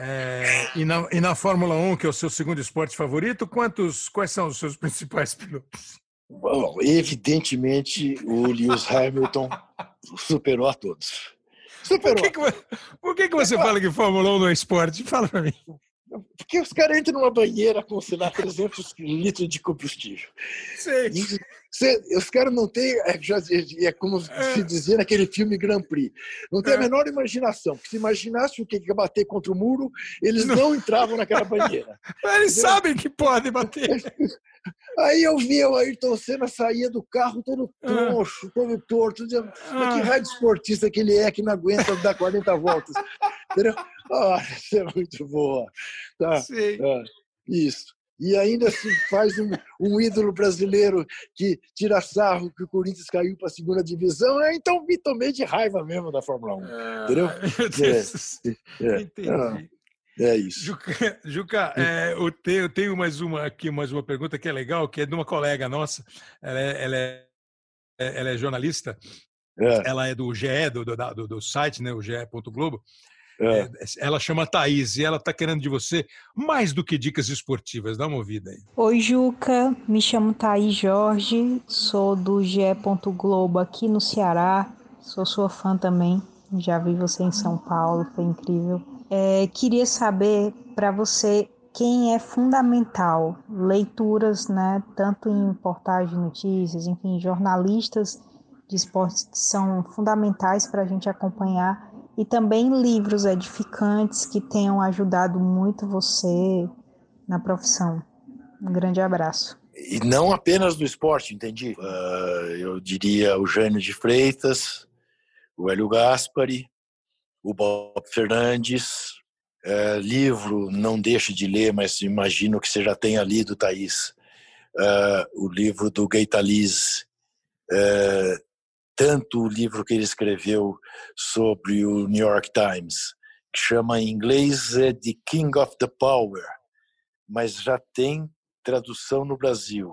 É, e, na, e na Fórmula um, que é o seu segundo esporte favorito, quantos, quais são os seus principais pilotos? Bom, evidentemente, o Lewis Hamilton superou a todos. Superou. Por que, que, por que, que você é, fala que Fórmula um não é esporte? Fala para mim. Porque os caras entram numa banheira com, sei lá, trezentos litros de combustível. Sei. E, os caras não têm, é, já, é como é. se dizia naquele filme Grand Prix, não tem é. a menor imaginação. Porque se imaginasse o que ia bater contra o muro, eles não, não entravam naquela banheira. Eles entendeu? Sabem que podem bater. Aí eu via o Ayrton Senna saía do carro todo troncho, ah. todo torto. Dizendo, mas que raio de esportista que ele é que não aguenta dar quarenta voltas. Entendeu? Ah, isso é muito boa. Tá? Ah, isso. E ainda se faz um, um ídolo brasileiro que tira sarro que o Corinthians caiu para a segunda divisão. É, então me tomei de raiva mesmo da Fórmula um. Ah, entendeu? Meu Deus. É, é, Entendi. Ah, é isso. Juca, Juca é, eu, tenho, eu tenho mais uma aqui, mais uma pergunta que é legal, que é de uma colega nossa. Ela é, ela é, ela é jornalista. É. Ela é do G E, do, do, do site, né, o G E ponto Globo. É. Ela chama Thaís e ela está querendo de você mais do que dicas esportivas. Dá uma ouvida aí. Oi, Juca. Me chamo Thaís Jorge. Sou do G E ponto Globo aqui no Ceará. Sou sua fã também. Já vi você em São Paulo. Foi incrível. É, queria saber para você quem é fundamental. Leituras, né? Tanto em portais de notícias, enfim, jornalistas de esportes que são fundamentais para a gente acompanhar. E também livros edificantes que tenham ajudado muito você na profissão. Um grande abraço. E não apenas no esporte, entendi. Uh, eu diria o Jânio de Freitas, o Hélio Gaspari, o Bob Fernandes. Uh, livro, não deixe de ler, mas imagino que você já tenha lido, Thaís, uh, o livro do Gaitaliz, uh, tanto o livro que ele escreveu sobre o New York Times, que chama em inglês The King of the Power, mas já tem tradução no Brasil.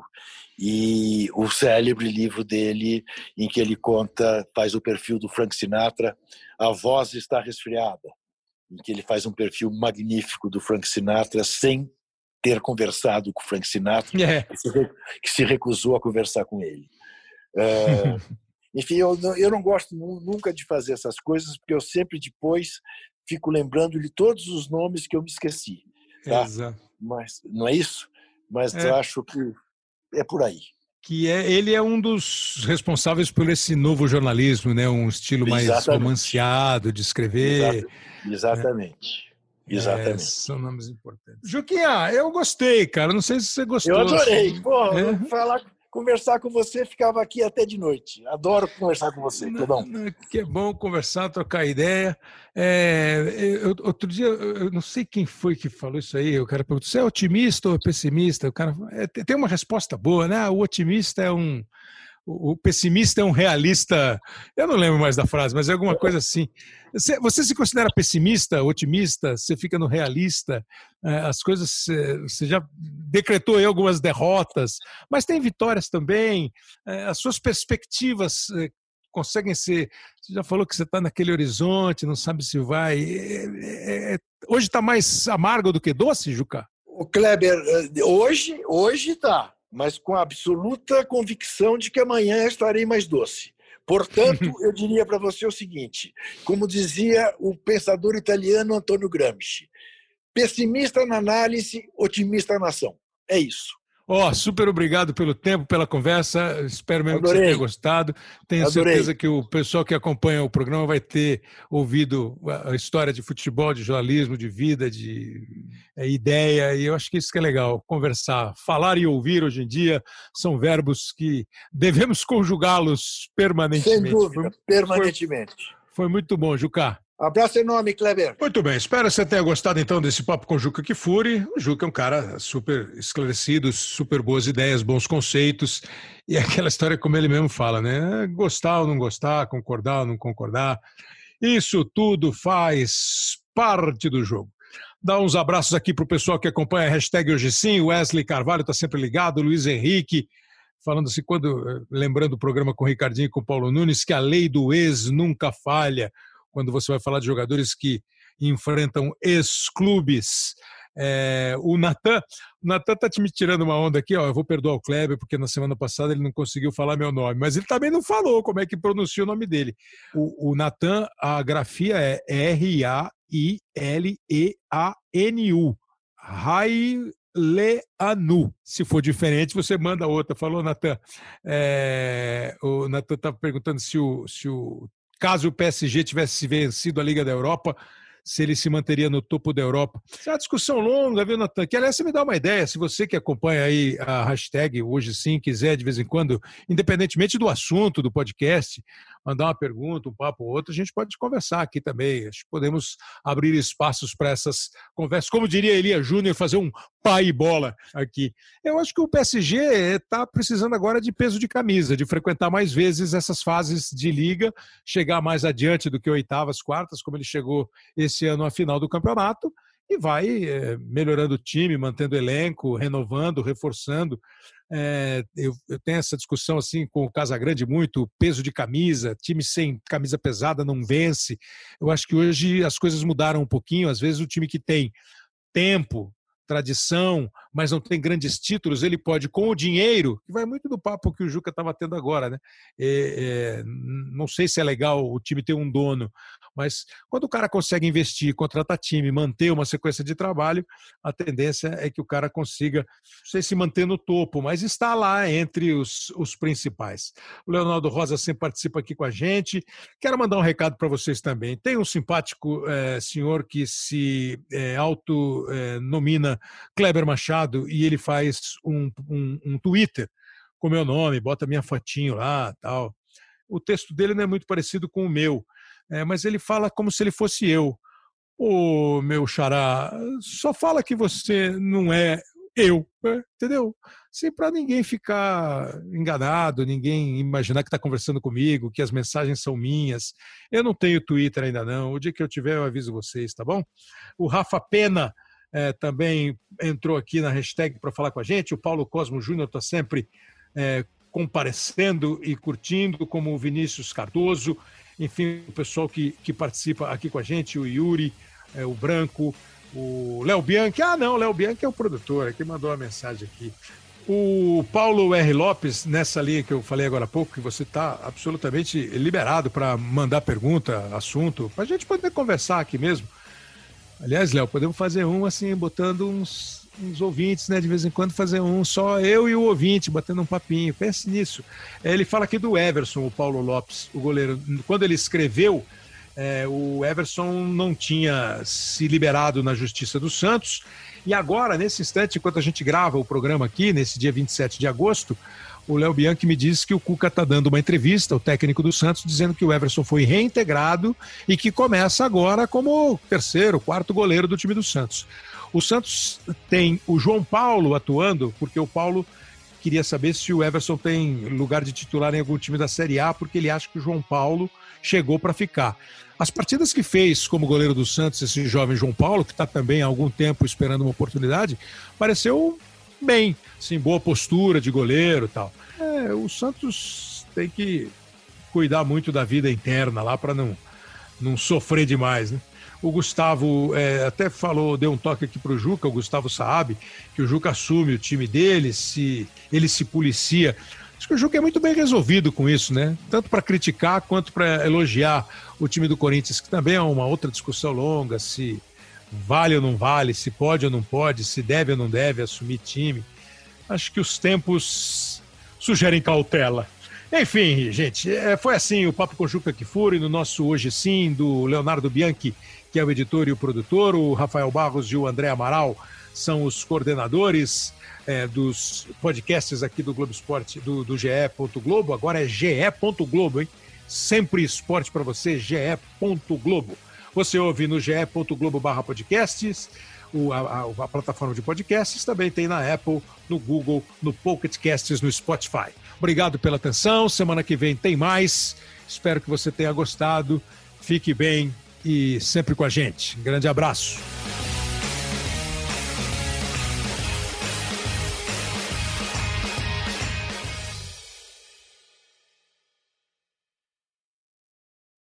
E o célebre livro dele, em que ele conta, faz o perfil do Frank Sinatra, A Voz Está Resfriada, em que ele faz um perfil magnífico do Frank Sinatra sem ter conversado com o Frank Sinatra, yeah. que, se, que se recusou a conversar com ele. Uh, Enfim, eu não, eu não gosto nunca de fazer essas coisas, porque eu sempre depois fico lembrando de todos os nomes que eu me esqueci. Tá? Exato. Mas, não é isso? Mas é. eu acho que é por aí. Que é, ele é um dos responsáveis por esse novo jornalismo, né? Um estilo mais Exatamente. romanceado de escrever. Exatamente. É, Exatamente. É, são nomes importantes. Juquinha, eu gostei, cara. Não sei se você gostou. Eu adorei. Assim. Pô, é. falar... Conversar com você, ficava aqui até de noite. Adoro conversar com você, Clebão. Que é bom conversar, trocar ideia. É, eu, outro dia, eu não sei quem foi que falou isso aí, o cara perguntou, você é otimista ou pessimista? O cara é, tem uma resposta boa, né? O otimista é um... O pessimista é um realista... Eu não lembro mais da frase, mas é alguma coisa assim. Você, você se considera pessimista, otimista? Você fica no realista? As coisas... Você já decretou aí algumas derrotas, mas tem vitórias também. As suas perspectivas conseguem ser... Você já falou que você está naquele horizonte, não sabe se vai... É, é, hoje está mais amargo do que doce, Juca? O Kleber, hoje hoje está. Mas com a absoluta convicção de que amanhã estarei mais doce. Portanto, eu diria para você o seguinte, como dizia o pensador italiano Antonio Gramsci, pessimista na análise, otimista na ação. É isso. Ó, oh, super obrigado pelo tempo, pela conversa. Espero mesmo Adorei. que você tenha gostado. Tenho Adorei. certeza que o pessoal que acompanha o programa vai ter ouvido a história de futebol, de jornalismo, de vida, de é, ideia. E eu acho que isso que é legal, conversar. Falar e ouvir hoje em dia são verbos que devemos conjugá-los permanentemente. Sem dúvida, permanentemente. Foi muito bom, Juca. Abraço enorme, Kleber. Muito bem, espero que você tenha gostado então desse papo com o Juca Kfouri. O Juca é um cara super esclarecido, super boas ideias, bons conceitos, e aquela história como ele mesmo fala, né? Gostar ou não gostar, concordar ou não concordar, isso tudo faz parte do jogo. Dá uns abraços aqui para o pessoal que acompanha a hashtag Hoje Sim, o Wesley Carvalho está sempre ligado, o Luiz Henrique, falando assim, quando, lembrando o programa com o Ricardinho e com o Paulo Nunes, que a lei do ex nunca falha, quando você vai falar de jogadores que enfrentam ex-clubes. É, o Natan, o Natan está me tirando uma onda aqui, ó, eu vou perdoar o Kleber, porque na semana passada ele não conseguiu falar meu nome, mas ele também não falou como é que pronuncia o nome dele. O, o Natan, a grafia é R A I L E A N U, Raileanu. Se for diferente, você manda outra. Falou, Natan. É, o Natan estava perguntando se o, se o caso o P S G tivesse vencido a Liga da Europa, se ele se manteria no topo da Europa. Isso é uma discussão longa, viu, Natan? Que, aliás, você me dá uma ideia, se você que acompanha aí a hashtag Hoje Sim, quiser de vez em quando, independentemente do assunto do podcast, mandar uma pergunta, um papo ou outro, a gente pode conversar aqui também. Acho que podemos abrir espaços para essas conversas. Como diria Elia Júnior, fazer um pai e bola aqui. Eu acho que o P S G está precisando agora de peso de camisa, de frequentar mais vezes essas fases de liga, chegar mais adiante do que oitavas, quartas, como ele chegou esse ano à final do campeonato, e vai é, melhorando o time, mantendo o elenco, renovando, reforçando. É, eu, eu tenho essa discussão assim com o Casagrande muito, peso de camisa, time sem camisa pesada não vence. Eu acho que hoje as coisas mudaram um pouquinho. Às vezes o time que tem tempo, tradição, mas não tem grandes títulos, ele pode, com o dinheiro, que vai muito do papo que o Juca estava tendo agora, né? É, é, não sei se é legal o time ter um dono, mas quando o cara consegue investir, contratar time, manter uma sequência de trabalho, a tendência é que o cara consiga, não sei se manter no topo, mas está lá entre os, os principais. O Leonardo Rosa sempre participa aqui com a gente. Quero mandar um recado para vocês também. Tem um simpático é, senhor que se é, autonomina Kleber Machado, e ele faz um, um, um Twitter com meu nome, bota minha fotinho lá, tal. O texto dele não é muito parecido com o meu, é, mas ele fala como se ele fosse eu. Ô, meu xará, só fala que você não é eu, né? Entendeu? Assim, para ninguém ficar enganado, ninguém imaginar que está conversando comigo, que as mensagens são minhas. Eu não tenho Twitter ainda não, o dia que eu tiver eu aviso vocês, tá bom? O Rafa Pena É, também entrou aqui na hashtag para falar com a gente. O Paulo Cosmo Júnior está sempre é, comparecendo e curtindo, como o Vinícius Cardoso, enfim, o pessoal que, que participa aqui com a gente, o Yuri, é, o Branco, o Léo Bianchi. Ah, não, o Léo Bianchi é o produtor, é quem mandou a mensagem aqui. O Paulo R. Lopes, nessa linha que eu falei agora há pouco, que você está absolutamente liberado para mandar pergunta, assunto, para a gente poder conversar aqui mesmo. Aliás, Léo, podemos fazer um assim, botando uns, uns ouvintes, né? De vez em quando fazer um, só eu e o ouvinte, batendo um papinho. Pense nisso. Ele fala aqui do Everson, o Paulo Lopes, o goleiro. Quando ele escreveu, é, o Everson não tinha se liberado na Justiça do Santos. E agora, nesse instante, enquanto a gente grava o programa aqui, nesse dia vinte e sete de agosto, o Léo Bianchi me disse que o Cuca está dando uma entrevista, o técnico do Santos, dizendo que o Everson foi reintegrado e que começa agora como terceiro, quarto goleiro do time do Santos. O Santos tem o João Paulo atuando, porque o Paulo queria saber se o Everson tem lugar de titular em algum time da Série A, porque ele acha que o João Paulo chegou para ficar. As partidas que fez como goleiro do Santos, esse jovem João Paulo, que está também há algum tempo esperando uma oportunidade, pareceu bem, assim, boa postura de goleiro e tal. É, o Santos tem que cuidar muito da vida interna lá para não, não sofrer demais, né? O Gustavo é, até falou, deu um toque aqui pro Juca, o Gustavo Saab, que o Juca assume o time dele, se, ele se policia. Acho que o Juca é muito bem resolvido com isso, né? Tanto para criticar quanto para elogiar o time do Corinthians, que também é uma outra discussão longa, se vale ou não vale, se pode ou não pode, se deve ou não deve assumir time. Acho que os tempos sugerem cautela. Enfim, gente, foi assim o Papo com o Juca Kfouri, no nosso Hoje Sim, do Leonardo Bianchi, que é o editor e o produtor, o Rafael Barros e o André Amaral são os coordenadores é, dos podcasts aqui do Globo Esporte, do, do G E ponto Globo, agora é G E ponto Globo, hein? Sempre esporte para você, ge ponto globo. Você ouve no ge ponto globo barra podcasts, o, a, a, a plataforma de podcasts, também tem na Apple, no Google, no Pocket Casts, no Spotify. Obrigado pela atenção, semana que vem tem mais. Espero que você tenha gostado. Fique bem e sempre com a gente. Um grande abraço.